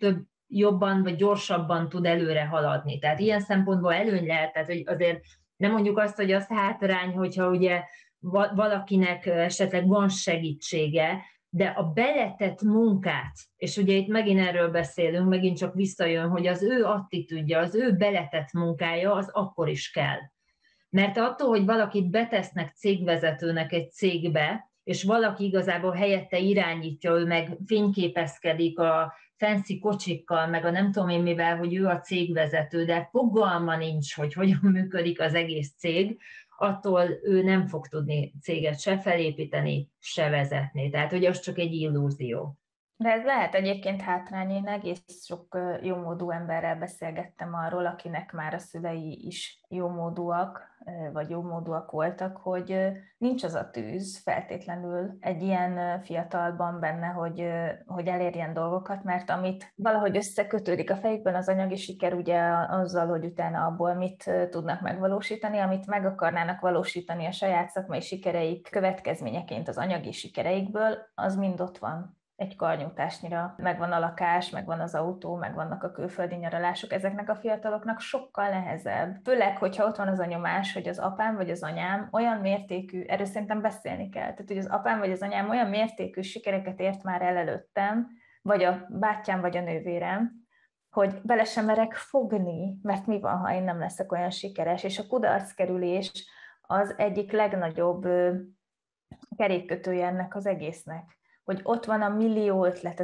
jobban vagy gyorsabban tud előre haladni. Tehát ilyen szempontból előny lehet, tehát hogy azért nem mondjuk azt, hogy az hátrány, hogyha ugye valakinek esetleg van segítsége, de a beletett munkát, és ugye itt megint erről beszélünk, megint csak visszajön, hogy az ő attitűdje, az ő beletett munkája, az akkor is kell. Mert attól, hogy valakit betesznek cégvezetőnek egy cégbe, és valaki igazából helyette irányítja, ő meg fényképezkedik a fancy kocsikkal, meg a nem tudom én mivel, hogy ő a cégvezető, de fogalma nincs, hogy hogyan működik az egész cég, attól ő nem fog tudni céget se felépíteni, se vezetni. Tehát, hogy az csak egy illúzió. De ez lehet egyébként hátrány. Én egész sok jómódú emberrel beszélgettem arról, akinek már a szülei is jómódúak, vagy jómódúak voltak, hogy nincs az a tűz feltétlenül egy ilyen fiatalban benne, hogy elérjen dolgokat, mert amit valahogy összekötődik a fejükben az anyagi siker, ugye azzal, hogy utána abból mit tudnak megvalósítani, amit meg akarnának valósítani a saját szakmai sikereik következményeként az anyagi sikereikből, az mind ott van. Egy karnyújtásnyira megvan a lakás, megvan az autó, megvannak a külföldi nyaralások, ezeknek a fiataloknak sokkal nehezebb. Főleg, hogyha ott van az a nyomás, hogy az apám vagy az anyám olyan mértékű, erről szerintem beszélni kell, tehát hogy az apám vagy az anyám olyan mértékű sikereket ért már el előttem, vagy a bátyám vagy a nővérem, hogy bele sem merek fogni, mert mi van, ha én nem leszek olyan sikeres, és a kudarckerülés az egyik legnagyobb kerékkötője ennek az egésznek. Hogy ott van a millió ötlet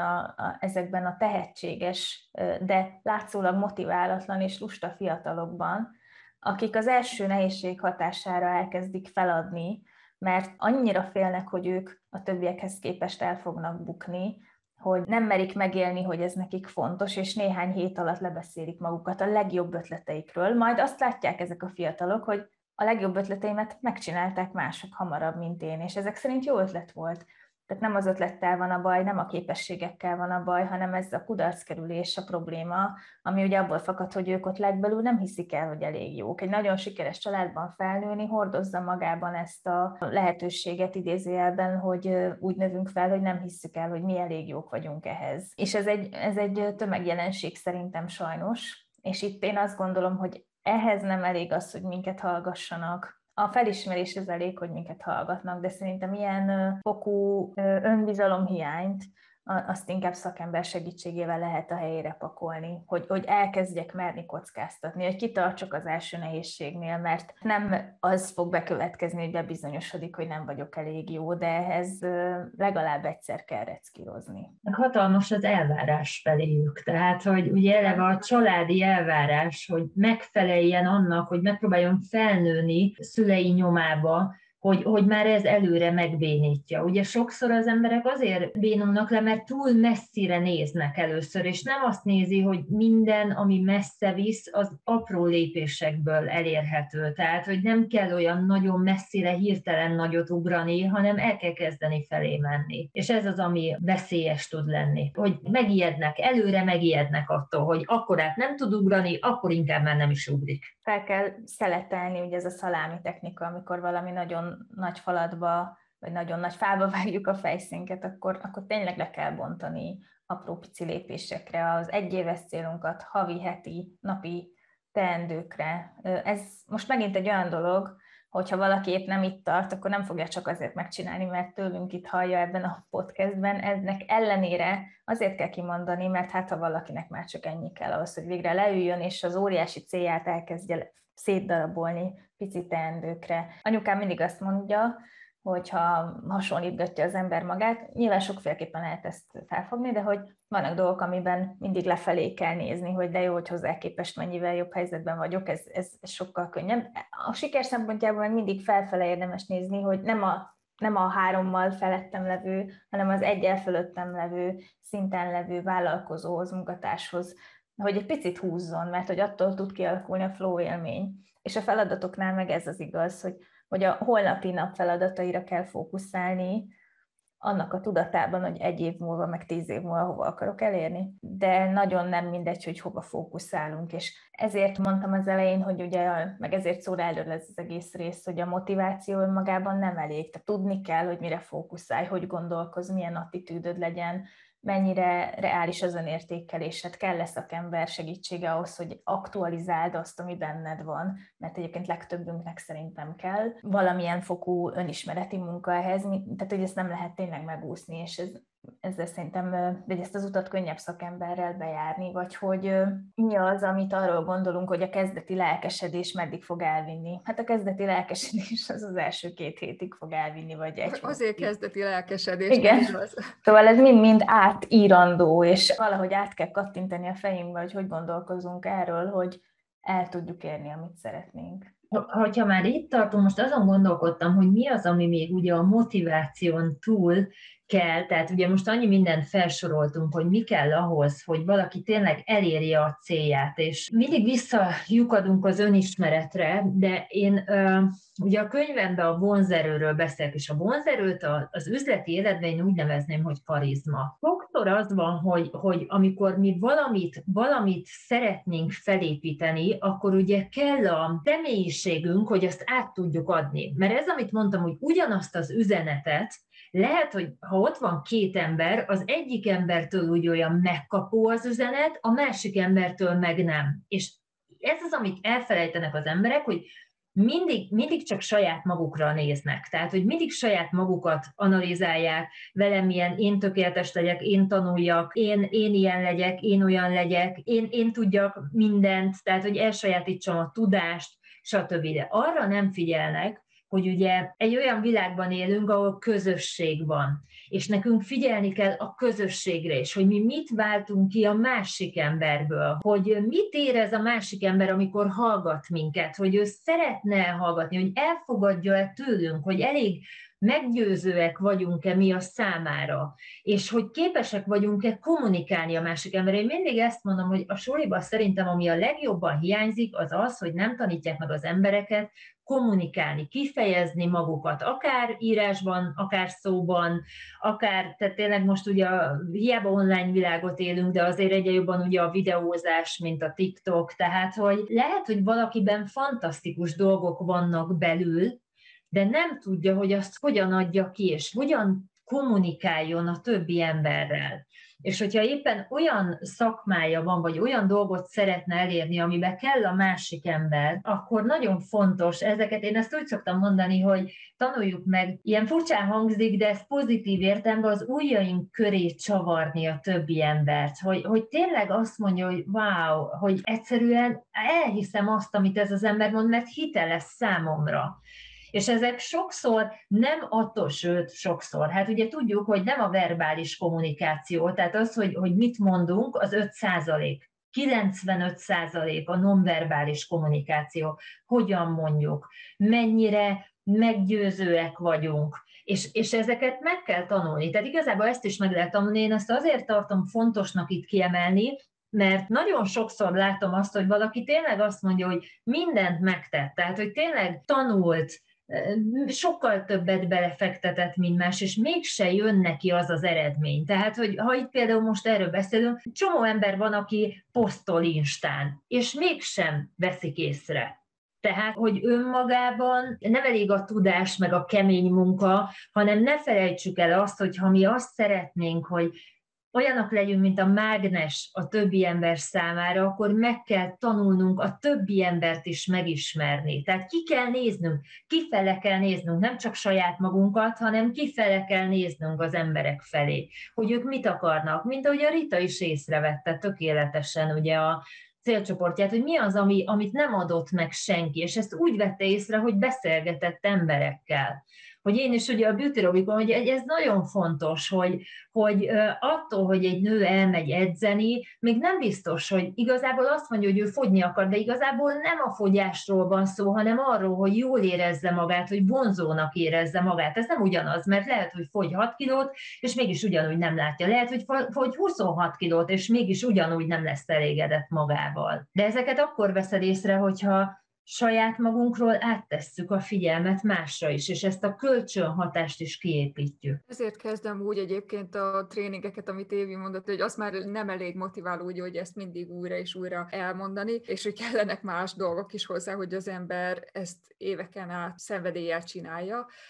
ezekben a tehetséges, de látszólag motiválatlan és lusta fiatalokban, akik az első nehézség hatására elkezdik feladni, mert annyira félnek, hogy ők a többiekhez képest el fognak bukni, hogy nem merik megélni, hogy ez nekik fontos, és néhány hét alatt lebeszélik magukat a legjobb ötleteikről. Majd azt látják ezek a fiatalok, hogy a legjobb ötleteimet megcsinálták mások hamarabb, mint én, és ezek szerint jó ötlet volt. Tehát nem az ötlettel van a baj, nem a képességekkel van a baj, hanem ez a kudarckerülés a probléma, ami ugye abból fakad, hogy ők ott legbelül nem hiszik el, hogy elég jók. Egy nagyon sikeres családban felnőni hordozza magában ezt a lehetőséget idézőjelben, hogy úgy növünk fel, hogy nem hisszük el, hogy mi elég jók vagyunk ehhez. És ez egy tömegjelenség szerintem sajnos, és itt én azt gondolom, hogy ehhez nem elég az, hogy minket hallgassanak. A felismerés az elég, hogy minket hallgatnak, de szerintem ilyen fokú önbizalomhiányt azt inkább szakember segítségével lehet a helyére pakolni, hogy elkezdjek merni kockáztatni, hogy kitartsak az első nehézségnél, mert nem az fog bekövetkezni, hogy bebizonyosodik, hogy nem vagyok elég jó, de ehhez legalább egyszer kell reckírozni. Hatalmas az elvárás feléjük, tehát, hogy ugye eleve a családi elvárás, hogy megfeleljen annak, hogy megpróbáljon felnőni szülei nyomába, hogy már ez előre megbénítja. Ugye sokszor az emberek azért bénulnak le, mert túl messzire néznek először, és nem azt nézi, hogy minden, ami messze visz, az apró lépésekből elérhető. Tehát, hogy nem kell olyan nagyon messzire hirtelen nagyot ugrani, hanem el kell kezdeni felé menni. És ez az, ami veszélyes tud lenni. Hogy megijednek, előre megijednek attól, hogy akkorát nem tud ugrani, akkor inkább már nem is ugrik. Fel kell szeletelni, ugye ez a szalámi technika, amikor valami nagyon nagy falatba, vagy nagyon nagy fába vágjuk a fejszénket, akkor tényleg le kell bontani apró pici lépésekre, az egyéves célunkat, havi, heti, napi teendőkre. Ez most megint egy olyan dolog, hogyha valaki épp nem itt tart, akkor nem fogja csak azért megcsinálni, mert tőlünk itt hallja ebben a podcastben. Ennek ellenére azért kell kimondani, mert hát ha valakinek már csak ennyi kell ahhoz, hogy végre leüljön, és az óriási célját elkezdje szétdarabolni pici teendőkre. Anyukám mindig azt mondja, hogyha hasonlítgatja az ember magát, nyilván sokféleképpen lehet ezt felfogni, de hogy vannak dolgok, amiben mindig lefelé kell nézni, hogy de jó, hogy hozzá képest mennyivel jobb helyzetben vagyok, ez sokkal könnyebb. A siker szempontjából meg mindig felfele érdemes nézni, hogy nem a 3-mal felettem levő, hanem az 1-el fölöttem levő, szinten levő vállalkozóhoz, munkatárshoz, hogy egy picit húzzon, mert hogy attól tud kialakulni a flow élmény. És a feladatoknál meg ez az igaz, hogy a holnapi nap feladataira kell fókuszálni, annak a tudatában, hogy 1 év múlva, meg 10 év múlva hova akarok elérni. De nagyon nem mindegy, hogy hova fókuszálunk, és ezért mondtam az elején, hogy ugye, meg ezért szól erről ez az egész rész, hogy a motiváció önmagában nem elég. Tehát tudni kell, hogy mire fókuszálj, hogy gondolkozz, milyen attitűdöd legyen, mennyire reális az önértékelésed, kell-e szakember segítsége ahhoz, hogy aktualizáld azt, ami benned van, mert egyébként legtöbbünknek szerintem kell. Valamilyen fokú önismereti munka ehhez, tehát hogy ezt nem lehet tényleg megúszni, és ezzel szerintem, de ezt az utat könnyebb szakemberrel bejárni, vagy hogy mi az, amit arról gondolunk, hogy a kezdeti lelkesedés meddig fog elvinni. Hát a kezdeti lelkesedés az első 2 hétig fog elvinni, vagy 1 hónapig. Azért kezdeti lelkesedés. Igen. Szóval ez mind-mind átírandó, és valahogy át kell kattintani a fejünkbe, hogy gondolkozunk erről, hogy el tudjuk érni, amit szeretnénk. Hogyha már itt tartunk, most azon gondolkodtam, hogy mi az, ami még ugye a motiváción túl kell, tehát ugye most annyi mindent felsoroltunk, hogy mi kell ahhoz, hogy valaki tényleg elérje a célját, és mindig visszalyukadunk az önismeretre, de én ugye a könyvemben a vonzerőről beszélek, és a vonzerőt az üzleti életben én úgy nevezném, hogy karizma. Sokszor az van, hogy amikor mi valamit szeretnénk felépíteni, akkor ugye kell a személyiségünk, hogy azt át tudjuk adni. Mert ez, amit mondtam, hogy ugyanazt az üzenetet, lehet, hogy ha ott van 2 ember, az egyik embertől úgy olyan megkapó az üzenet, a másik embertől meg nem. És ez az, amit elfelejtenek az emberek, hogy mindig csak saját magukra néznek. Tehát, hogy mindig saját magukat analizálják, velem ilyen, én tökéletes legyek, én tanuljak, én ilyen legyek, én olyan legyek, én tudjak mindent, tehát, hogy elsajátítsam a tudást, stb. De arra nem figyelnek, hogy ugye egy olyan világban élünk, ahol közösség van, és nekünk figyelni kell a közösségre is, hogy mi mit váltunk ki a másik emberből, hogy mit érez a másik ember, amikor hallgat minket, hogy ő szeretne hallgatni, hogy elfogadja-e tőlünk, hogy elég meggyőzőek vagyunk-e mi a számára, és hogy képesek vagyunk-e kommunikálni a másik emberrel. Én mindig ezt mondom, hogy a suliban szerintem, ami a legjobban hiányzik, az az, hogy nem tanítják meg az embereket kommunikálni, kifejezni magukat, akár írásban, akár szóban, akár, tehát tényleg most ugye hiába online világot élünk, de azért egyre jobban ugye a videózás, mint a TikTok, tehát hogy lehet, hogy valakiben fantasztikus dolgok vannak belül, de nem tudja, hogy azt hogyan adja ki, és hogyan kommunikáljon a többi emberrel. És hogyha éppen olyan szakmája van, vagy olyan dolgot szeretne elérni, amiben kell a másik ember, akkor nagyon fontos ezeket, én ezt úgy szoktam mondani, hogy tanuljuk meg, ilyen furcsán hangzik, de ez pozitív értelemben az ujjaink köré csavarni a többi embert, hogy tényleg azt mondja, hogy wow, hogy egyszerűen elhiszem azt, amit ez az ember mond, mert hiteles számomra. És ezek sokszor nem attól, sőt, sokszor. Hát ugye tudjuk, hogy nem a verbális kommunikáció, tehát az, hogy mit mondunk, az 5%. 95% a nonverbális kommunikáció. Hogyan mondjuk, mennyire meggyőzőek vagyunk. És ezeket meg kell tanulni. Tehát igazából ezt is meg lehet tanulni. Én ezt azért tartom fontosnak itt kiemelni, mert nagyon sokszor látom azt, hogy valaki tényleg azt mondja, hogy mindent megtett, tehát hogy tényleg tanult, sokkal többet belefektetett, mint más, és mégse jön neki az az eredmény. Tehát, hogy ha itt például most erről beszélünk, csomó ember van, aki posztol Instán, és mégsem veszik észre. Tehát, hogy önmagában nem elég a tudás, meg a kemény munka, hanem ne felejtsük el azt, hogy ha mi azt szeretnénk, hogy olyanok legyünk, mint a mágnes a többi ember számára, akkor meg kell tanulnunk a többi embert is megismerni. Tehát ki kell néznünk, kifele kell néznünk, nem csak saját magunkat, hanem kifele kell néznünk az emberek felé, hogy ők mit akarnak, mint ahogy a Rita is észrevette tökéletesen ugye a célcsoportját, hogy mi az, amit nem adott meg senki, és ezt úgy vette észre, hogy beszélgetett emberekkel. Hogy én is ugye a Beauty Robikon, hogy ez nagyon fontos, hogy attól, hogy egy nő elmegy edzeni, még nem biztos, hogy igazából azt mondja, hogy ő fogyni akar, de igazából nem a fogyásról van szó, hanem arról, hogy jól érezze magát, hogy vonzónak érezze magát. Ez nem ugyanaz, mert lehet, hogy fogy 6 kilót, és mégis ugyanúgy nem látja. Lehet, hogy fogy 26 kilót, és mégis ugyanúgy nem lesz elégedett magával. De ezeket akkor veszed észre, hogyha saját magunkról áttesszük a figyelmet másra is, és ezt a kölcsönhatást is kiépítjük. Ezért kezdem úgy egyébként a tréningeket, amit Évi mondott, hogy az már nem elég motiváló, úgy, hogy ezt mindig újra és újra elmondani, és hogy kellenek más dolgok is hozzá, hogy az ember ezt éveken át szenvedéllyel csinálja.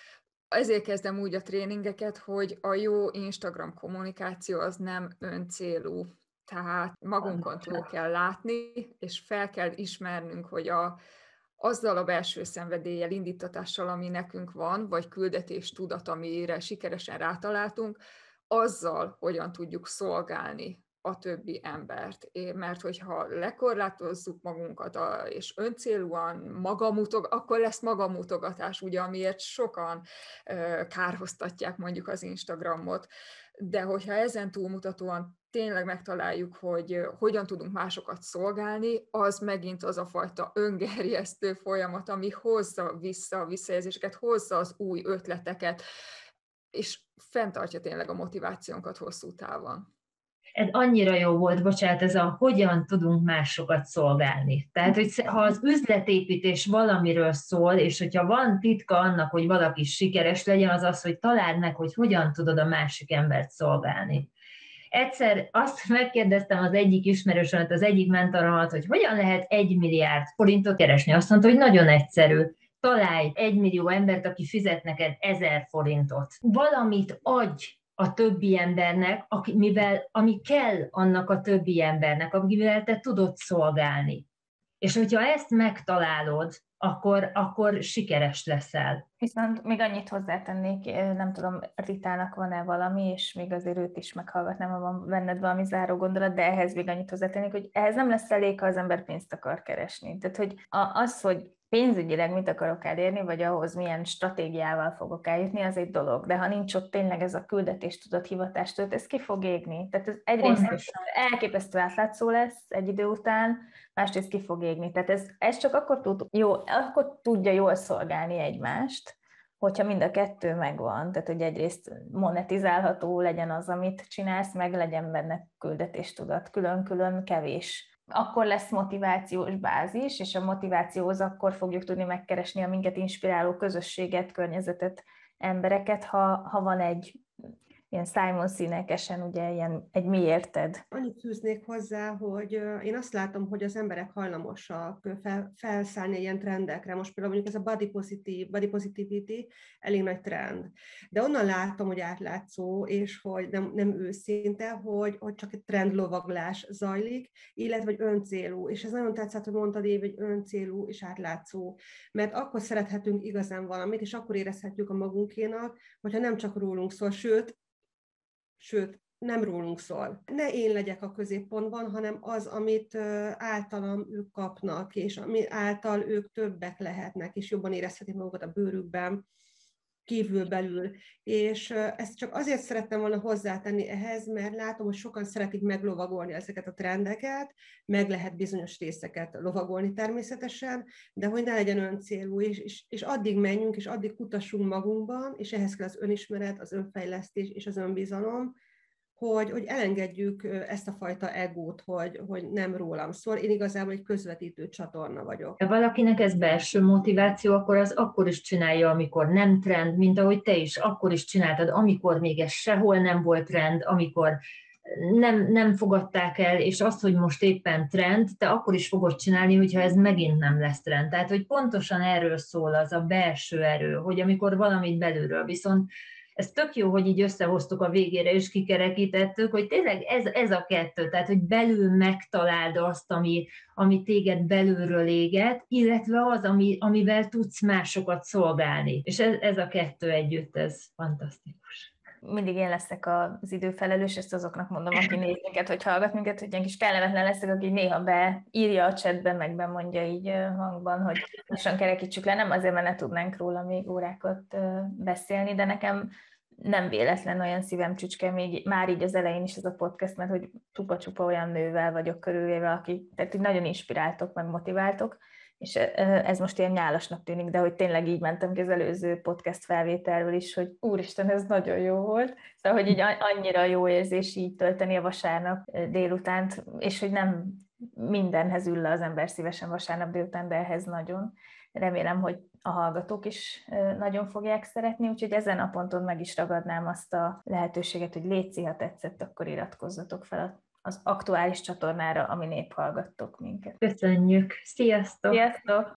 Ezért kezdem úgy a tréningeket, hogy a jó Instagram kommunikáció az nem öncélú. Tehát magunkon túl kell látni, és fel kell ismernünk, hogy azzal a belső szenvedéllyel, indítatással, ami nekünk van, vagy küldetés tudat, amire sikeresen rátaláltunk, azzal hogyan tudjuk szolgálni a többi embert. Mert hogyha lekorlátozzuk magunkat, és öncélúan akkor lesz magamutogatás, ugye, amiért sokan kárhoztatják mondjuk az Instagramot. De hogyha ezen túlmutatóan tényleg megtaláljuk, hogy hogyan tudunk másokat szolgálni, az megint az a fajta öngerjesztő folyamat, ami hozza vissza a visszajelzéseket, hozza az új ötleteket, és fenntartja tényleg a motivációnkat hosszú távon. Ez annyira jó volt, bocsánat, ez a hogyan tudunk másokat szolgálni. Tehát, hogy ha az üzletépítés valamiről szól, és hogyha van titka annak, hogy valaki sikeres legyen, az az, hogy találd meg, hogy hogyan tudod a másik embert szolgálni. Egyszer azt megkérdeztem az egyik ismerősömet, az egyik mentoromat, hogy hogyan lehet 1 milliárd forintot keresni. Azt mondta, hogy nagyon egyszerű. Találj 1 millió embert, aki fizet neked 1000 forintot. Valamit adj a többi embernek, ami kell annak a többi embernek, amivel te tudod szolgálni. És hogyha ezt megtalálod, akkor sikeres leszel. Viszont még annyit hozzátennék, nem tudom, Ritának van-e valami, és még azért őt is meghallgatnám, ha van benned valami záró gondolat, de ehhez még annyit hozzátennék, hogy ehhez nem lesz elég, ha az ember pénzt akar keresni. Tehát, hogy az, hogy pénzügyileg mit akarok elérni, vagy ahhoz milyen stratégiával fogok eljutni, az egy dolog. De ha nincs ott tényleg ez a küldetéstudat, hivatástudat, ez ki fog égni. Tehát ez egyrészt elképesztő átlátszó lesz egy idő után, másrészt ki fog égni. Tehát ez csak akkor tudja jól szolgálni egymást, hogyha mind a kettő megvan. Tehát, hogy egyrészt monetizálható legyen az, amit csinálsz, meg legyen benne küldetéstudat, külön-külön kevés. Akkor lesz motivációs bázis, és a motivációhoz akkor fogjuk tudni megkeresni a minket inspiráló közösséget, környezetet, embereket, ha van egy ilyen Simon Sinekesen, ugye ilyen egy mi érted. Annyit fűznék hozzá, hogy én azt látom, hogy az emberek hajlamosak felszállni ilyen trendekre. Most például mondjuk ez a body positivity elég nagy trend. De onnan látom, hogy átlátszó, és hogy nem őszinte, hogy csak egy trendlovaglás zajlik, illetve hogy öncélú. És ez nagyon tetszett, hogy mondtad, Év, hogy öncélú és átlátszó. Mert akkor szerethetünk igazán valamit, és akkor érezhetjük a magunkénak, hogyha nem csak rólunk szól, sőt, nem rólunk szól. Ne én legyek a középpontban, hanem az, amit általam ők kapnak, és ami által ők többek lehetnek, és jobban érezhetik magukat a bőrükben, kívül-belül. És ezt csak azért szerettem volna hozzátenni ehhez, mert látom, hogy sokan szeretik meglovagolni ezeket a trendeket, meg lehet bizonyos részeket lovagolni természetesen, de hogy ne legyen öncélú, és addig menjünk, és addig kutassunk magunkban, és ehhez kell az önismeret, az önfejlesztés és az önbizalom, hogy elengedjük ezt a fajta egót, hogy nem rólam szól. Én igazából egy közvetítő csatorna vagyok. Ha valakinek ez belső motiváció, akkor az akkor is csinálja, amikor nem trend, mint ahogy te is akkor is csináltad, amikor még ez sehol nem volt trend, amikor nem fogadták el, és azt, hogy most éppen trend, te akkor is fogod csinálni, hogyha ez megint nem lesz trend. Tehát, hogy pontosan erről szól az a belső erő, hogy amikor valamit belülről, viszont ez tök jó, hogy így összehoztuk a végére, és kikerekítettük, hogy tényleg ez a kettő, tehát, hogy belül megtaláld azt, ami téged belülről éget, illetve az, amivel tudsz másokat szolgálni. És ez a kettő együtt, ez fantasztikus. Mindig én leszek az időfelelős, ezt azoknak mondom, aki néz minket, hogy hallgat minket, hogy ilyen kis kellemetlen leszek, aki néha beírja a chatbe, meg bemondja így hangban, hogy lassan kerekítsük le, nem azért, mert ne tudnánk róla még órákat beszélni, de nekem nem véletlen olyan szívem csücske, még már így az elején is ez a podcast, mert hogy csupa-csupa olyan nővel vagyok körülvéve, akik tehát így nagyon inspiráltok, meg motiváltok, és ez most ilyen nyálasnak tűnik, de hogy tényleg így mentem ki az előző podcast felvételről is, hogy úristen, ez nagyon jó volt. Szóval, hogy így annyira jó érzés így tölteni a vasárnap délutánt, és hogy nem mindenhez ül le az ember szívesen vasárnap délután, de ehhez nagyon. Remélem, hogy a hallgatók is nagyon fogják szeretni, úgyhogy ezen a ponton meg is ragadnám azt a lehetőséget, hogy létszi, ha tetszett, akkor iratkozzatok fel az aktuális csatornára, amin épp hallgattok minket. Köszönjük! Sziasztok! Sziasztok!